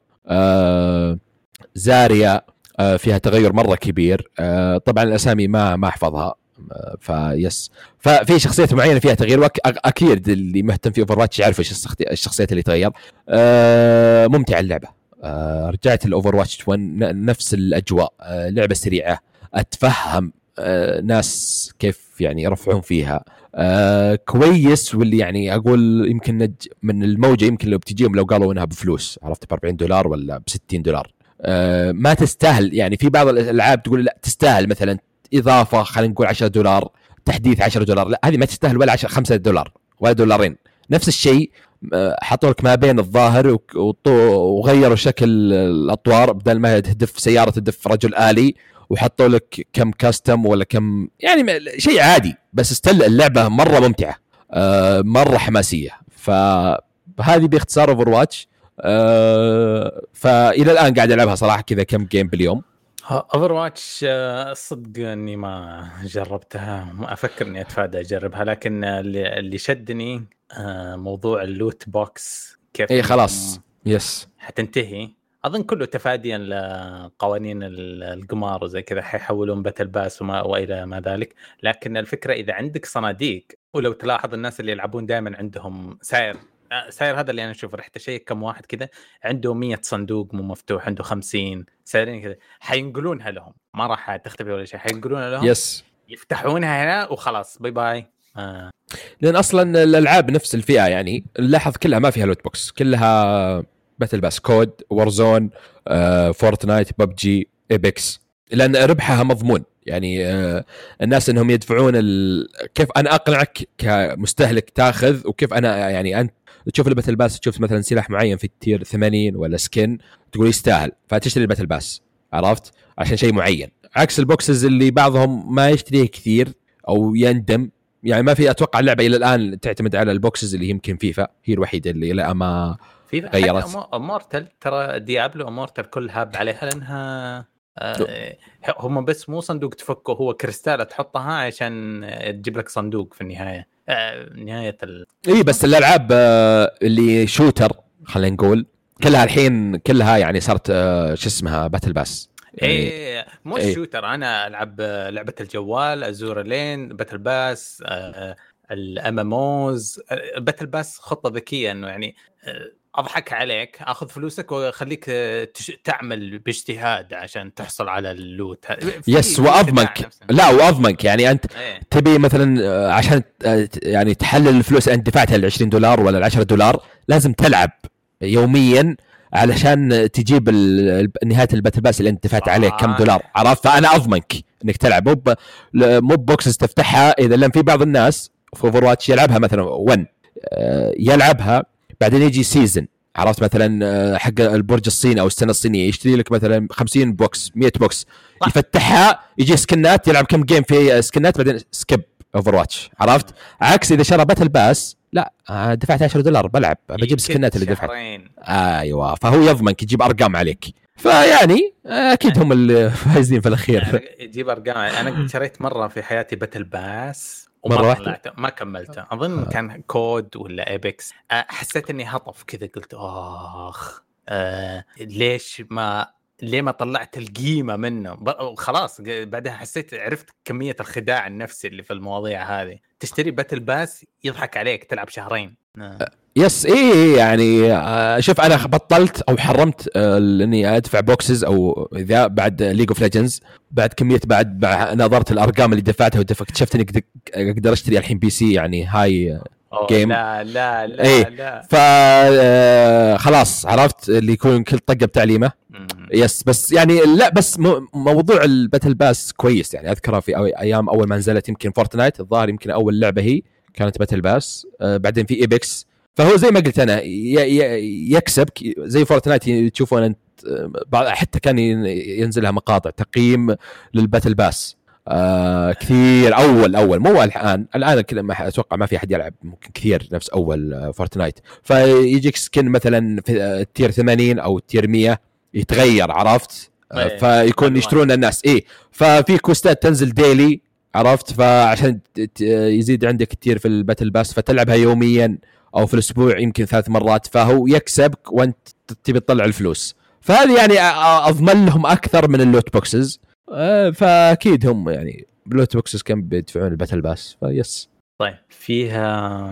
زاريا فيها تغير مره كبير. طبعا الاسامي ما احفظها، فيس. ففي شخصيات معينه فيها تغيير، اكيد اللي مهتم في اوفر واتش يعرف ايش الشخصيات اللي تغير. ممتعه اللعبه. رجعت الاوفر واتش 1 نفس الاجواء، لعبه سريعه، اتفهم ناس كيف يعني يرفعون فيها كويس. واللي يعني اقول يمكن من الموجه يمكن لو بتجيهم لو قالوا انها بفلوس، عرفت، $40 ولا $60 ما تستاهل. يعني في بعض الالعاب تقول لا تستاهل، مثلا إضافة خلينا نقول $10 تحديث $10، لا هذه ما تستاهل ولا $5 ولا $2. نفس الشيء حطوا لك ما بين الظاهر وغيروا شكل الأطوار، بدل ما تدف سيارة تدف رجل آلي، وحطوا لك كم كاستم ولا كم، يعني شيء عادي، بس استل اللعبة مرة ممتعة، مرة حماسية. فهذه باختصار اوفر واتش. فإلى الآن قاعد ألعبها صراحة كذا كم جيم باليوم. اوفر واتش الصدق اني ما جربتها، ما افكر اني اتفادى اجربها، لكن اللي شدني موضوع اللوت بوكس، كيف اي خلاص يس حتنتهي. اظن كله تفاديا لقوانين القمار وزي كذا، حيحولون باتل باس والى ما ذلك. لكن الفكره اذا عندك صناديق، ولو تلاحظ الناس اللي يلعبون دائما عندهم ساير هذا اللي انا اشوف، رحت شيء كم واحد كذا عنده 100 صندوق مو مفتوح، عنده 50 سايرين كذا، حينقلونها لهم، ما راح تختفي ولا شيء، حينقلونها لهم يس، يفتحونها هنا وخلاص باي باي. لان اصلا الالعاب نفس الفئه يعني لاحظ كلها ما فيها لوت بوكس، كلها باتل باس، كود، وارزون، فورتنايت، ببجي، ايبكس، لان ربحها مضمون. يعني الناس انهم يدفعون كيف انا اقنعك كمستهلك تاخذ، وكيف انا يعني انت تشوف الباتل باس، تشوف مثلا سلاح معين في التير 80 ولا سكن تقول يستاهل فتشتري الباتل باس، عرفت، عشان شيء معين، عكس البوكسز اللي بعضهم ما يشتريه كثير او يندم. يعني ما في اتوقع اللعبه الى الان تعتمد على البوكسز، اللي يمكن فيفا هي الوحيده اللي لا ما في غيرت. مورتل ترى ديابلو مورتل كل هاب عليها لانها هم بس مو صندوق تفكه، هو كريستالة تحطها عشان تجيب لك صندوق في النهايه. نهايه اي بس الالعاب اللي شوتر خلينا نقول كلها الحين كلها يعني صارت شو اسمها باتل باس. يعني مو شوتر، انا العب لعبه الجوال ازور لين باتل باس، الاماموز باتل باس خطه ذكيه انه يعني اضحك عليك، اخذ فلوسك واخليك تعمل باجتهاد عشان تحصل على اللوت. يس واضمنك، لا واضمنك يعني انت تبي مثلا عشان يعني تحلل الفلوس انت دفعتها $20 ولا $10 لازم تلعب يوميا علشان تجيب نهايه الباتل باس اللي انت دفعت عليه كم $. عرفت، فانا اضمنك انك تلعب مو بوكسز تفتحها. اذا لم في بعض الناس في اوفر واتش يلعبها مثلا 1 يلعبها بعدين يجي سيزن، عرفت، مثلا حق البرج الصيني او السنه الصينيه يشتري لك مثلا 50 بوكس 100 بوكس يفتحها، يجي سكنات يلعب كم جيم في سكنات بعدين سكيب اوفر واتش، عرفت؟ عكس اذا شرى باتل باس لا دفعت $10 بلعب بجيب سكنات اللي دفعت. ايوه فهو يضمنك يجيب ارقام عليك، فيعني اكيد هم اللي فايزين في الاخير. يجيب ارقام. انا شريت مره في حياتي باتل باس مرة واحدة ما كملته، اظن كان كود ولا ايبكس. حسيت اني هطف كذا، قلت ليه ما طلعت القيمه منه؟ خلاص بعدها حسيت عرفت كميه الخداع النفسي اللي في المواضيع هذه. تشتري باتل باس يضحك عليك تلعب شهرين. يس ايه يعني شوف انا بطلت او حرمت اني ادفع بوكسز او اذا بعد ليج اوف ليجندز بعد كميه بعد نظرت الارقام اللي دفعتها اكتشفت اني اقدر اشتري الحين بي سي يعني هاي جيم. لا ايه خلاص عرفت اللي يكون كل طقه بتعليمه. يس بس يعني لا بس موضوع الباتل باس كويس يعني. اذكرها في ايام اول ما نزلت يمكن فورتنايت الظاهر يمكن اول لعبه هي كانت باتل باس. بعدين في ايبكس، فهو زي ما قلت انا يكسب زي فورتنايت تشوفون انت حتى كان ينزلها مقاطع تقييم للباتل باس كثير اول مو الان كذا ما اتوقع ما في احد يلعب ممكن كثير نفس اول فورتنايت. فيجيك سكن مثلا في التير 80 او التير 100 يتغير، عرفت؟ فيكون يشترون الناس ايه. ففي كوستات تنزل ديلي، عرفت؟ فعشان يزيد عندك كثير في الباتل باس فتلعبها يوميا او في الاسبوع يمكن 3 مرات، فهو يكسبك وانت تبي تطلع الفلوس. فهذه يعني اضمن لهم اكثر من اللوت بوكسز. فاكيد هم يعني اللوت بوكسز كم بيدفعون الباتل باس. فيس طيب فيها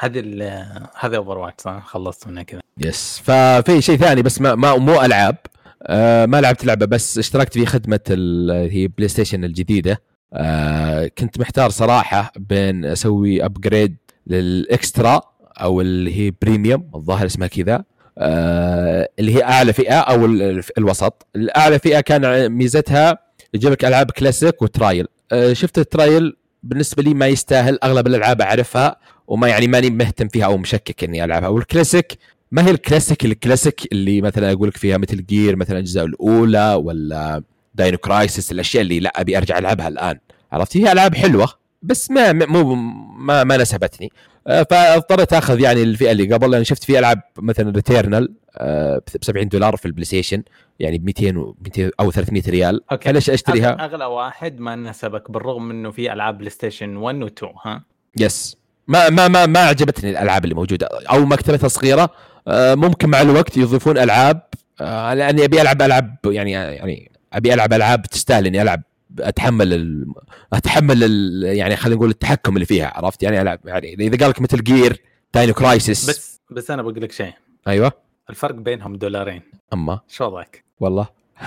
هذا اوفر واتش صح خلصت منها كذا. يس ففي شيء ثاني بس ما مو العاب. ما لعبت لعبه بس اشتركت في خدمه هي بلاي ستيشن الجديده. كنت محتار صراحه بين اسوي ابجريد للاكسترا او اللي هي بريميوم الظاهر اسمها كذا، اللي هي اعلى فئه او الوسط. الاعلى فئه كان ميزتها يجيب لك العاب كلاسيك وترايل. شفت الترايل بالنسبه لي ما يستاهل، اغلب الالعاب اعرفها وما يعني ماني مهتم فيها او مشكك اني العبها. والكلاسيك ما هي الكلاسيك اللي مثلا اقول لك فيها مثل جير مثلا الاجزاء الاولى ولا داينو كرايسيس، الاشياء اللي لا ابي ارجع العبها الان، عرفت؟ هي العاب حلوه بس ما نسبتني. فاضطريت اخذ يعني الفئه اللي قبل، لان شفت في العاب مثلا ريتيرنال $70 في البلاي ستيشن يعني ب 200 او 300 ريال. ليش اشتريها؟ اغلى واحد ما نسبك بالرغم انه في العاب بلاي ستيشن 1 و 2. ها يس ما عجبتني الالعاب اللي موجوده او مكتبتها صغيره. ممكن مع الوقت يضيفون العاب، لاني ابي العب يعني ابي العب العاب تستاهل اني العب اتحمل يعني خلينا نقول التحكم اللي فيها، عرفت؟ يعني العب يعني اذا قال لك مثل جير داينو كرايسيس. بس انا بقول لك شيء. ايوه الفرق بينهم $2. اما شو وضعك والله؟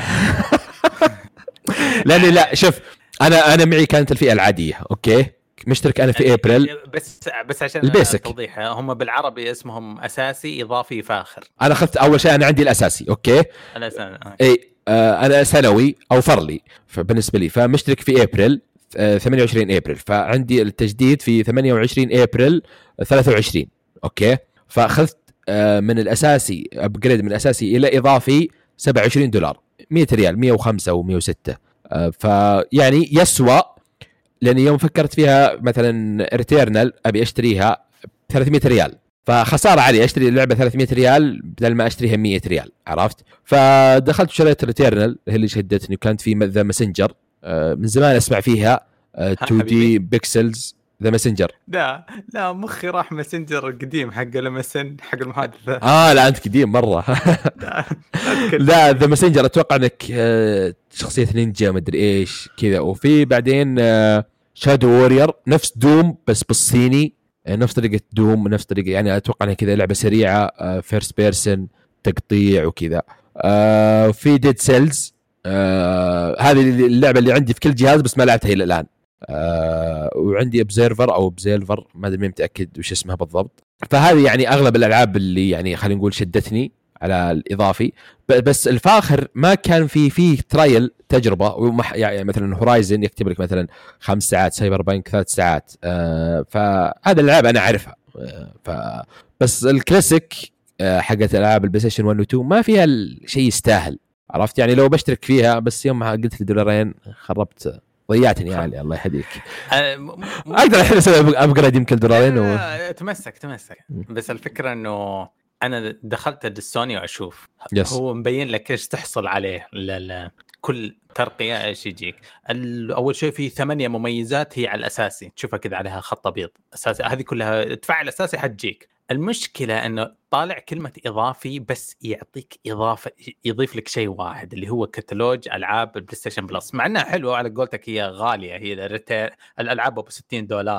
لا شوف انا معي كانت الفئه العاديه اوكي، مشترك انا في ابريل بس عشان توضيح هم بالعربي اسمهم اساسي اضافي فاخر. انا اخذت اول شيء انا عندي الاساسي اوكي اي انا سنوي او فرلي فبالنسبه لي فمشترك في ابريل 28 ابريل، فعندي التجديد في 28 ابريل 23 اوكي. فاخذت من الاساسي ابجريد من الاساسي الى اضافي $27 100 ريال 105 و106. فيعني يسوى، لأني يوم فكرت فيها مثلا ريتيرنال أبي أشتريها 300 ريال، فخسارة علي أشتري اللعبة 300 ريال بدل ما أشتريها 100 ريال، عرفت؟ فدخلت وشريت ريتيرنال هي اللي شدتني، وكانت في ذا ماسنجر من زمان أسمع فيها 2D بيكسلز ذا ماسنجر. لا مخي راح ماسنجر القديم حق المسن حق المحادثة. لا أنت قديم مرة. لا ذا ماسنجر أتوقع أنك شخصية نينجا مدري إيش كذا. وفي بعدين شادو وورير نفس دوم بس بالصيني، نفس طريقة دوم نفس طريقة يعني أتوقع أنها كذا لعبة سريعة فيرست بيرسون تقطيع وكذا. في ديد سيلز هذه اللعبة اللي عندي في كل جهاز بس ما لعبتها إلى الآن. وعندي observer او observer ما ادري متاكد وش اسمها بالضبط. فهذه يعني اغلب الالعاب اللي يعني خلينا نقول شدتني على الاضافي. بس الفاخر ما كان في ترايل تجربه يعني مثلا هورايزن يكتب لك مثلا 5 ساعات، سايبر بانك 3 ساعات. فهذا الالعاب انا اعرفها. بس الكلاسيك حقت العاب البلاي ستيشن 1 و 2 ما فيها شيء يستاهل، عرفت؟ يعني لو بشترك فيها بس يوم قلت $2 خربت ضيعتني يا علي الله يهديك. اقدر الحين اسوي ابجريد يمكن دولارين تمسك بس الفكره انه انا دخلت السوني واشوف يس. هو مبين لك ايش تحصل عليه كل ترقيه ايش يجيك. اول شيء في 8 مميزات هي على الاساسي تشوفها كذا عليها خط ابيض اساسي، هذه كلها تفعل اساسي حتجيك. المشكله انه طالع كلمه اضافي بس يعطيك اضافه، يضيف لك شيء واحد اللي هو كتالوج العاب البلاي ستيشن بلس، مع انها حلوه على قولتك هي غاليه، هي الالعاب ابو $60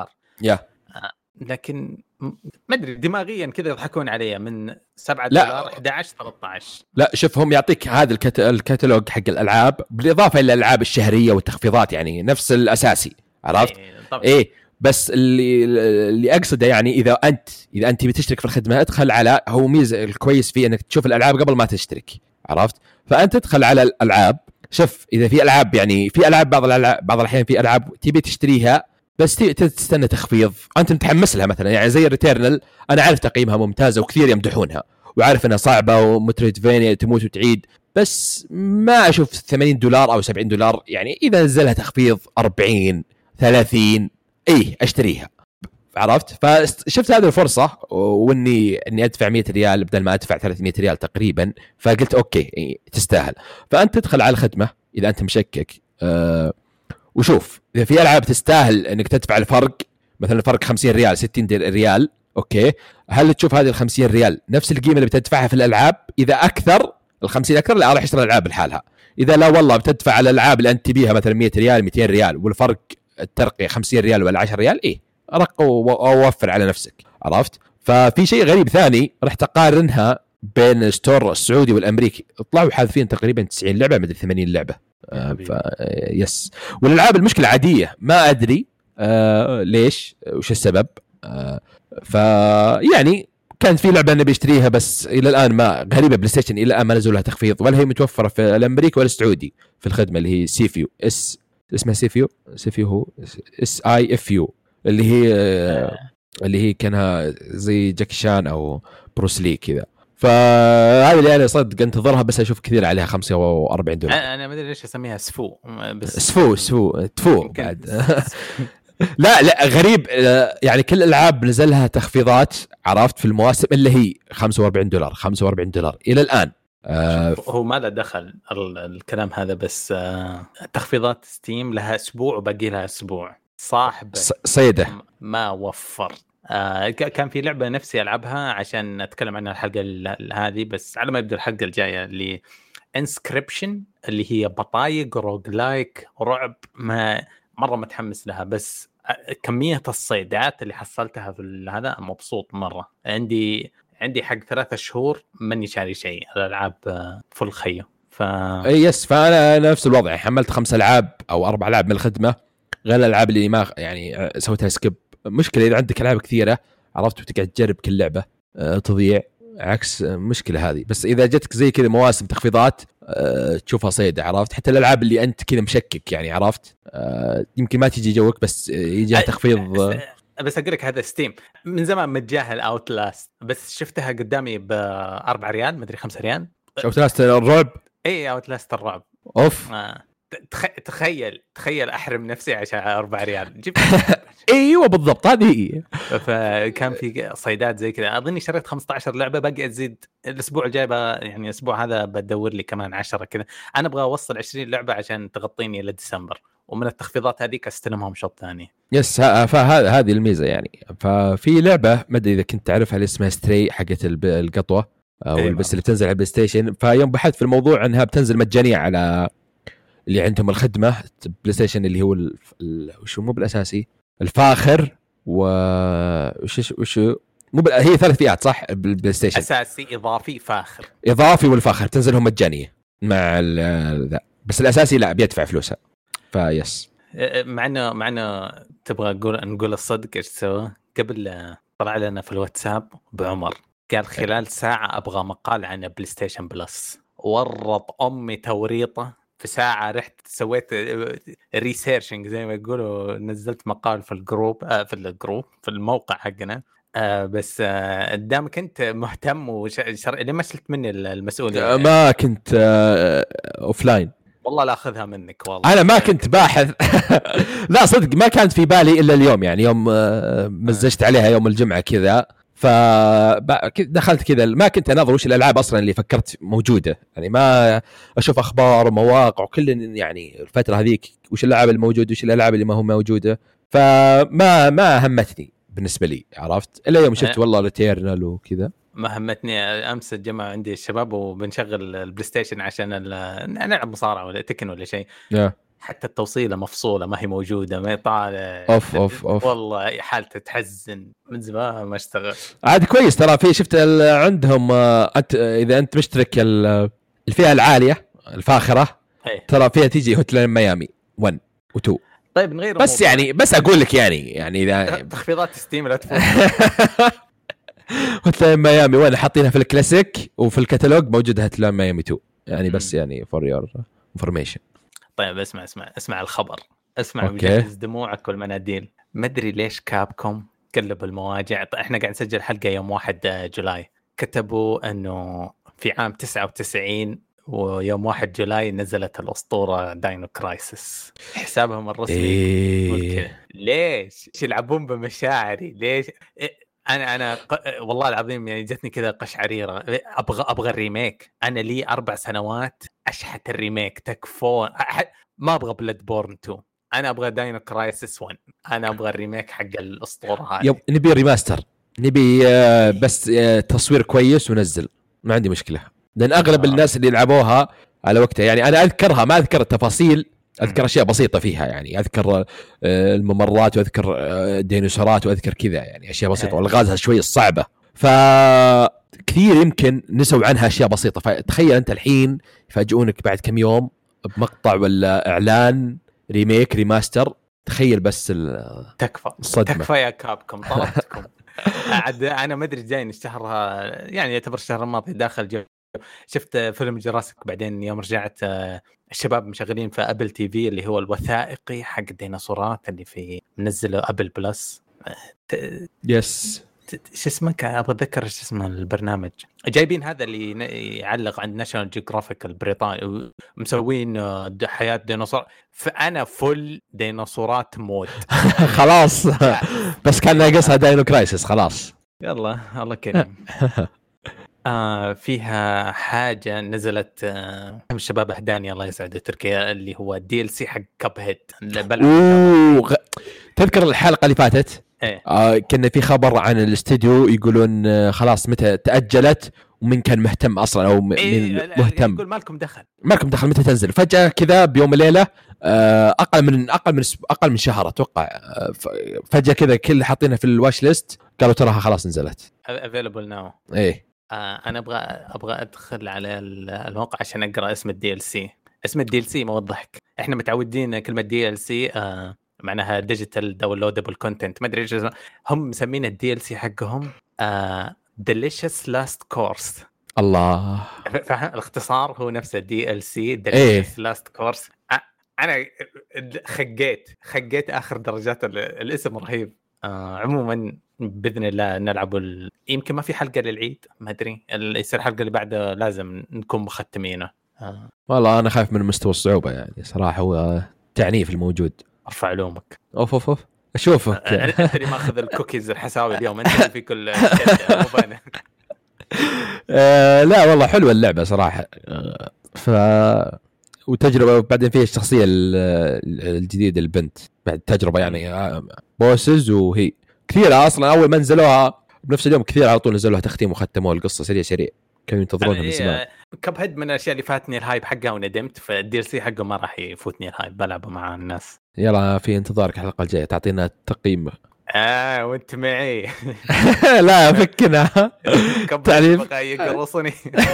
لكن ما ادري دماغيا كذا يضحكون عليها من $7 11 13. لا شوف هم يعطيك هذا الكتالوج حق الالعاب بالاضافه الى الالعاب الشهريه والتخفيضات يعني نفس الاساسي عرفت. ايه بس اللي اقصده يعني اذا انت بتشترك في الخدمه ادخل على هو ميزه الكويس فيه انك تشوف الالعاب قبل ما تشترك عرفت. فانت تدخل على الالعاب شوف اذا في العاب يعني في العاب بعض الاحيان في العاب تبي تشتريها بس تستنى تخفيض انت متحمس لها مثلا يعني زي الريتيرنال انا عارف تقييمها ممتازه وكثير يمدحونها وعارف انها صعبه ومترويدفينيا تموت وتعيد، بس ما اشوف $80 او $70 يعني اذا نزلها تخفيض 40 30 ايه اشتريها عرفت. فشفت هذه الفرصه واني ادفع $100 بدل ما ادفع $300 تقريبا، فقلت اوكي تستاهل. فانت تدخل على الخدمه اذا انت مشكك وشوف اذا في العاب تستاهل انك تدفع الفرق، مثلا الفرق $50 $60 اوكي، هل تشوف هذه $50 نفس القيمه اللي بتدفعها في الالعاب؟ اذا اكثر ال50 اكثر لا راح اشتري الالعاب لحالها. اذا لا والله بتدفع على الالعاب اللي انت تبيها مثلا $100 $200 والفرق الترقيه $50 ولا $10 ايه ارق ووفر على نفسك عرفت. ففي شيء غريب ثاني راح تقارنها بين الستور السعودي والامريكي، طلعوا حاذفين تقريبا 90 لعبه مدري 80 لعبه يس. والالعاب المشكله عاديه ما ادري ليش وش السبب فيعني كانت في لعبه انا بشتريها بس الى الان ما غريبه بلاي ستيشن الى الان ما نزلوا لها تخفيض ولا هي متوفره في الامريكي ولا السعودي في الخدمه اللي هي سيفيو اسمها سيفيو هو SIFU اللي هي كانها زي جاكي شان او بروسلي كذا. فهذه اللي انا صدق انتظرها بس اشوف كثير عليها $45. انا ما ادري ليش اسميها سفو بس تفو بعد لا غريب يعني كل الالعاب نزلها تخفيضات عرفت في المواسم اللي هي $45 الى الان. هو ما له دخل الكلام هذا بس تخفيضات ستيم لها اسبوع وباقي لها اسبوع صاحب صيده ما وفر. كان في لعبه نفسي العبها عشان اتكلم عنها الحلقه هذه بس على ما يبدو الحلقه الجايه اللي انسكريبشن اللي هي بطايق روجلايك رعب، ما مره متحمس لها بس كميه الصيدات اللي حصلتها في هذا مبسوط مره. عندي حق 3 شهور ماني شاري شيء الالعاب فل خيو يس. فانا نفس الوضع حملت 5 ألعاب او 4 ألعاب من الخدمه غير الالعاب اللي ما يعني سويتها سكيب. مشكله اذا عندك العاب كثيره عرفت وتقعد تجرب كل لعبه تضيع عكس مشكله هذه. بس اذا جتك زي كذا مواسم تخفيضات تشوفها صيده عرفت. حتى الالعاب اللي انت كذا مشكك يعني عرفت يمكن ما تيجي جوك بس يجيها تخفيض. بس اقول لك هذا ستيم من زمان متجاهل اوتلاست بس شفتها قدامي ب$4 ما ادري $5. اوتلاست الرعب اي اوتلاست الرعب اوف تخيل احرم نفسي عشان $4 جبت ايوه بالضبط هذه. فكان في صيدات زي كذا اظني شريت 15 لعبه باقي ازيد الاسبوع الجاي يعني الاسبوع هذا بدور لي كمان 10 كذا. انا ابغى اوصل 20 لعبه عشان تغطيني لديسمبر ومن التخفيضات هذيك استلمهم شوط ثاني. يس هذه الميزه يعني. ففي لعبه ما ادري اذا كنت تعرفها اللي اسمها ستري حقت القطوه او بس اللي بتنزل على البلاي ستيشن. فيوم بحثت في الموضوع انها بتنزل مجانيه على اللي عندهم الخدمه بلاي ستيشن اللي هو وش مو بالاساسي الفاخر وش مو هي 3 فئات صح بالبلاي ستيشن اساسي اضافي فاخر اضافي والفاخر تنزلهم مجانيه مع ذا بس الاساسي لا بيدفع فلوسها. فيس مع انه تبغى نقول الصدق ايش سوى قبل طلع لنا في الواتساب بعمر قال خلال ساعه ابغى مقال عن بلاي ستيشن بلس. ورط امي توريطه في ساعة رحت سويت ريسيرشنج زي ما يقولوا نزلت مقال في الجروب في الموقع حقنا بس قدامك انت مهتم ليه ما شلت مني المسؤولية؟ ما كنت اوفلاين والله لا اخذها منك والله. انا ما كنت باحث لا صدق ما كانت في بالي الا اليوم، يعني يوم مزجت عليها يوم الجمعه كذا، دخلت كذا ما كنت اناظر وش الالعاب اصلا اللي فكرت موجوده، يعني ما اشوف اخبار ومواقع وكل يعني الفتره هذيك وش الالعاب الموجوده وش الالعاب اللي ما هو موجوده، فما همتني بالنسبه لي، عرفت الا يوم شفت والله الاتيرنال وكذا. ما همتني. امس الجمعه عندي الشباب وبنشغل البلاي ستيشن عشان نلعب مصارعه ولا تكن ولا شيء. حتى التوصيله مفصوله ما هي موجوده، ما يطالع اوف والله حالته تحزن من زمان ما اشتغل. عاد كويس ترى، في شفت عندهم انت اذا انت مشترك الفئه العاليه الفاخره ترى فيها تيجي هوتلاين ميامي 1 و2. طيب نغير بس الموضوع. يعني بس اقول لك يعني اذا تخفيضات ستيم لا تفوت هوتلاين ميامي 1 حاطينها في الكلاسيك وفي الكتالوج موجوده هوتلاين ميامي 2 يعني بس يعني فور يور انفورميشن. طيب اسمع الخبر، اسمع وجهز دموعك والمناديل. ما ادري ليش كابكوم قلب المواجع. احنا قاعد نسجل حلقه يوم 1 جولاي، كتبوا انه في عام 99 ويوم 1 جولاي نزلت الأسطورة داينو كرايسس. حسابهم الرسمي ليش يلعبون بمشاعري؟ ليش انا والله العظيم يعني جتني كذا قشعريره. ابغى الريميك. انا لي 4 سنوات اشحت الريميك تكفون. ما ابغى بلاد بورن 2، انا ابغى داينو كرايسس 1. انا ابغى الريميك حق الاسطوره هذه. نبي ريماستر، نبي بس تصوير كويس ونزل، ما عندي مشكله، لان اغلب الناس اللي لعبوها على وقتها يعني انا اذكرها، ما اذكر التفاصيل، اذكر اشياء بسيطه فيها، يعني اذكر الممرات واذكر الديناصورات واذكر كذا يعني اشياء بسيطه، والغازها شوي الصعبه، فكثير يمكن نسوا عنها اشياء بسيطه. فتخيل انت الحين يفاجئونك بعد كم يوم بمقطع ولا اعلان ريميك ريماستر، تخيل بس تكفى يا كابكم طلعتكم. عاد انا ما ادري جاي الشهر يعني يعتبر الشهر الماضي داخل جو شفت فيلم جراسيك، بعدين يوم رجعت الشباب مشغلين في ابل تي في اللي هو الوثائقي حق الديناصورات اللي في منزله ابل بلس. يس شو اسمه ابغى اتذكر ايش اسمه البرنامج. جايبين هذا اللي يعلق عند ناشونال جيوغرافيك البريطاني، مسوين حياة ديناصور. فانا فل ديناصورات مود خلاص بس كان ناقصها داينو كرايسس خلاص. يلا الله كريم. فيها حاجة نزلت الشباب أهداني الله يسعده تركيا، اللي هو DLC حق كاب هيد. تذكر الحلقة اللي فاتت كنا في خبر عن الاستديو يقولون خلاص متى تأجلت ومن كان مهتم أصلا أو مهتم، يقول مالكم دخل متى تنزل. فجأة كذا بيوم الليلة أقل من شهر أتوقع، فجأة كذا كل حاطينها في الواش ليست قالوا تراها خلاص نزلت available now. إيه انا ابغى ادخل على الموقع عشان اقرا اسم الدي ال سي. اسم الدي ال سي ما وضحك. احنا متعودين كلمه دي ال سي معناها ديجيتال داونلودبل كونتنت، ما ادري ايش هم مسمين الدي ال سي حقهم ديليشس لاست كورس. الله فاهم الاختصار هو نفس الدي ال سي ديليشس لاست كورس. انا خقيت اخر درجات الاسم رهيب. عموما باذن الله نلعب يمكن ما في حلقه للعيد، ما ادري يصير الحلقه اللي بعدها لازم نكون مختمينه. والله انا خايف من مستوى الصعوبه يعني صراحه، هو تعنيف الموجود. ارفع لومك. اوف اشوفك انت اللي ماخذ الكوكيز الحساوي اليوم، انت اللي في كل لا والله حلوه اللعبه صراحه. وتجربه بعدين فيها الشخصيه الجديده البنت بعد تجربه يعني بوسز، وهي كثيره اصلا اول ما نزلوها بنفس اليوم كثير على طول نزلوها تختيم وختموا القصه سريع كانوا ينتظرونها من زمان. كاب هيد من الاشياء اللي فاتني الهايب حقها وندمت، فالدي ال سي حقه ما راح يفوتني الهايب، بلعبه مع الناس. يلا في انتظارك الحلقه الجايه تعطينا تقييم. وانت معي لا فكنا تعريف بقى يقرصني.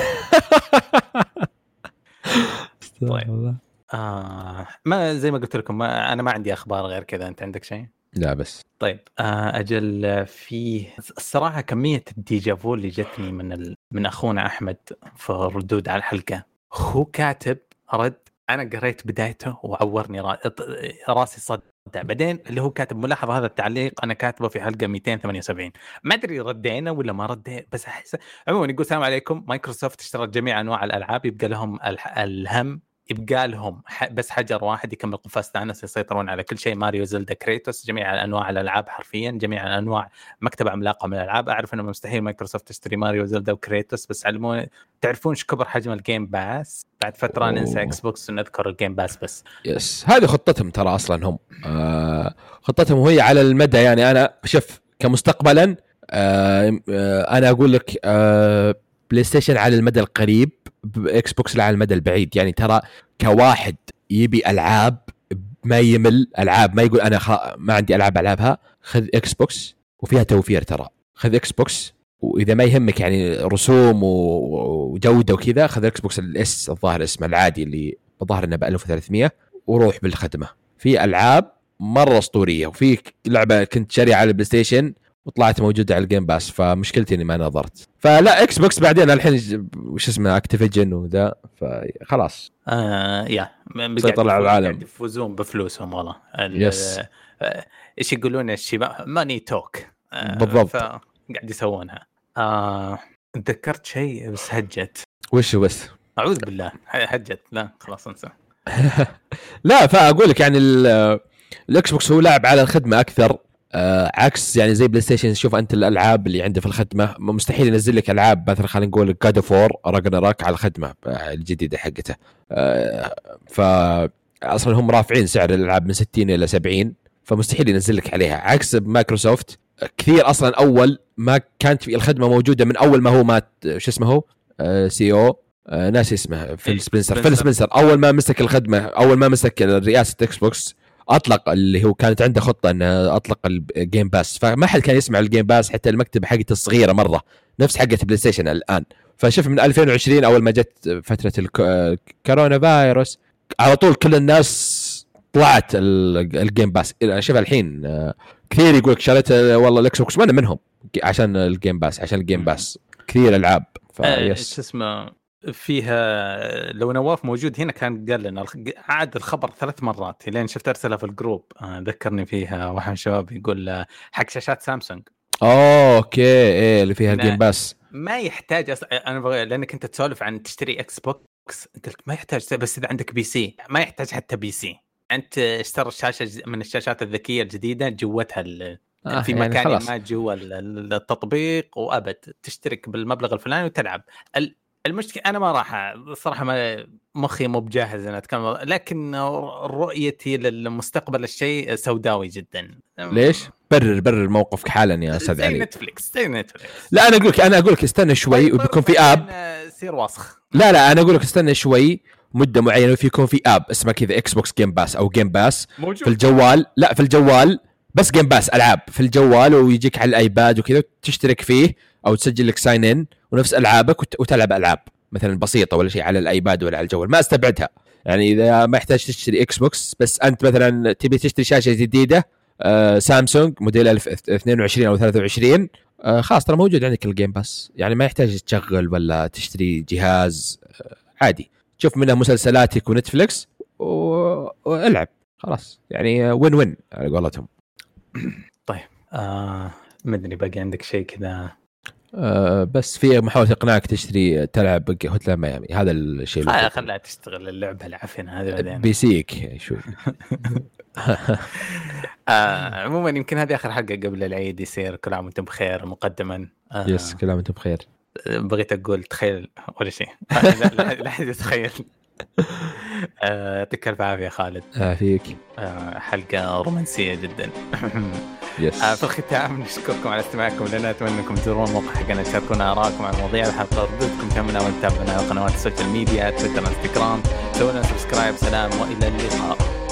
طيب ما زي ما قلت لكم انا ما عندي اخبار غير كذا. انت عندك شيء؟ لا بس طيب اجل في الصراحه كميه الديجافو اللي جتني من اخونا احمد في ردود على الحلقه. هو كاتب رد انا قريت بدايته وعورني راسي صدع. بعدين اللي هو كاتب ملاحظه هذا التعليق انا كاتبه في حلقه 278، ما ادري ردينا ولا ما ردينا، بس احس عموما يقول السلام عليكم، مايكروسوفت اشترت جميع انواع الالعاب، يبقى لهم الهم يبقى لهم بس حجر واحد يكمل قفاز ثانوس، يسيطرون على كل شيء، ماريو، زلدا، كريتوس، جميع انواع الالعاب حرفيا، جميع انواع مكتبه عملاقه من الالعاب. اعرف انه مستحيل مايكروسوفت تشتري ماريو، زلدا وكريتوس، بس علمون تعرفون ايش كبر حجم الجيم باس. بعد فتره ننسى اكس بوكس ونذكر الجيم باس بس. يس هذه خطتهم ترى اصلا هم خطتهم وهي على المدى. يعني انا شوف كمستقبلا انا اقول لك بلاي ستيشن على المدى القريب، اكس بوكس على المدى البعيد. يعني ترى كواحد يبي العاب ما يمل، العاب ما يقول انا ما عندي العاب العبها، خذ اكس بوكس وفيها توفير. ترى خذ اكس بوكس، واذا ما يهمك يعني رسوم وجوده وكذا، خذ اكس بوكس الاس الظاهر اسمه العادي اللي بظهر انه ب 1300 وروح بالخدمه. في العاب مره اسطوريه، وفي لعبه كنت شاريها على البلاي ستيشن وطلعت موجوده على الجيم باس، فمشكلتي اني ما نظرت. فلا اكس بوكس بعدين الحين وش اسمه اكتيفيجن وذا، فخلاص يا سيطر على العالم، يفوزون بفلوسهم والله. ايش يقولون الشباب؟ ماني توك بالضبط، قاعد يسوونها. تذكرت شيء بس هجت. وش بس اعوذ بالله هجت، لا خلاص انسى. لا فاقول لك يعني الاكس بوكس هو لاعب على الخدمه اكثر، عكس يعني زي بلاي ستيشن. شوف انت الالعاب اللي عنده في الخدمه مستحيل ينزل لك العاب مثلا خلينا نقول God of War راجناروك على الخدمه الجديده حقته. فاصلا هم رافعين سعر الالعاب من 60 الى 70، فمستحيل ينزل لك عليها. عكس مايكروسوفت كثير اصلا اول ما كانت في الخدمه موجوده من اول ما هو مات، شو اسمه هو سي او ناس اسمه فيل سبنسر. اول ما مسك الخدمه، اول ما مسك رئاسه اكس بوكس، اطلق اللي هو كانت عنده خطه انه اطلق الجيم باس، فما حد كان يسمع الجيم باس، حتى المكتبه حقته الصغيره مره نفس حقه بلاي ستيشن الان. فشوف من 2020 اول ما جت فتره الكورونا فايروس، على طول كل الناس طلعت الجيم باس. شوف الحين كثير يقولك شريت والله الاكس بوكس، وانا منهم عشان الجيم باس، عشان الجيم باس كثير العاب. ايش اسمه فيها؟ لو نواف موجود هنا كان قال لنا عاد الخبر 3 مرات لين شفت ارسلها في الجروب. ذكرني فيها واحد من الشباب يقول حق شاشات سامسونج. اوكي ايه اللي فيها الجيم باس ما يحتاج انا بغي لانك انت تسولف عن تشتري اكس بوكس، قلت ما يحتاج، بس اذا عندك بي سي ما يحتاج حتى بي سي. انت اشتري الشاشه من الشاشات الذكيه الجديده جوتها في يعني مكان ما جوا التطبيق، وابد تشترك بالمبلغ الفلاني وتلعب. المشكلة أنا ما راح صراحة، ما مخي مو بجاهز أنا أتكلم، لكن رؤيتي للمستقبل الشيء سوداوي جدا. ليش؟ برر موقفك حالا يا أستاذ علي. نتفليكس. لا أنا أقول لك استنى شوي وبيكون في آب. سير واسخ. لا أنا أقول لك استنى شوي مدة معينة وفي يكون في آب اسمه كذا إكس بوكس جيم باس أو جيم باس في الجوال. لا في الجوال بس جيم باس ألعاب في الجوال، ويجيك على الآيباد وكذا تشترك فيه أو تسجل لك ساين إن ونفس ألعابك وتلعب ألعاب مثلا بسيطة ولا شيء على الآيباد ولا على الجوال. ما استبعدها يعني إذا ما يحتاج تشتري إكس بوكس، بس أنت مثلا تبي تشتري شاشة جديدة سامسونج موديل 2022 أو 23 خلاص ترى موجود عندك الجيم باس. يعني ما يحتاج تشغل ولا تشتري جهاز، عادي تشوف منها مسلسلاتك ونتفليكس والعب خلاص. يعني وين على قولتهم. طيب مدري باقي عندك شيء كذا؟ بس في محاولة إقناعك تشتري تلعب هوتلاند ميامي، هذا الشيء اللي خلها تشتغل اللعبة العفن هذه بعدين بي سيك شوي. عموما يمكن هذه آخر حلقة قبل العيد، يصير كل عام وانتم بخير مقدما. يس كل عام وانتم بخير. بغيت أقول تخيل ولا شيء لا أحد يتخيل. يعطيك الف عافية خالد. فيك حلقة رومانسية جدا. في الختام نشكركم على استماعكم لنا، أتمنى أنكم تزورون الموقع حقنا تشاركونا آراءكم عن مواضيع الحلقة، ردودكم تهمنا وتتابعونا على قنوات السوشيال ميديا تويتر انستغرام، سووا لنا سبسكرايب. سلام وإلى اللقاء.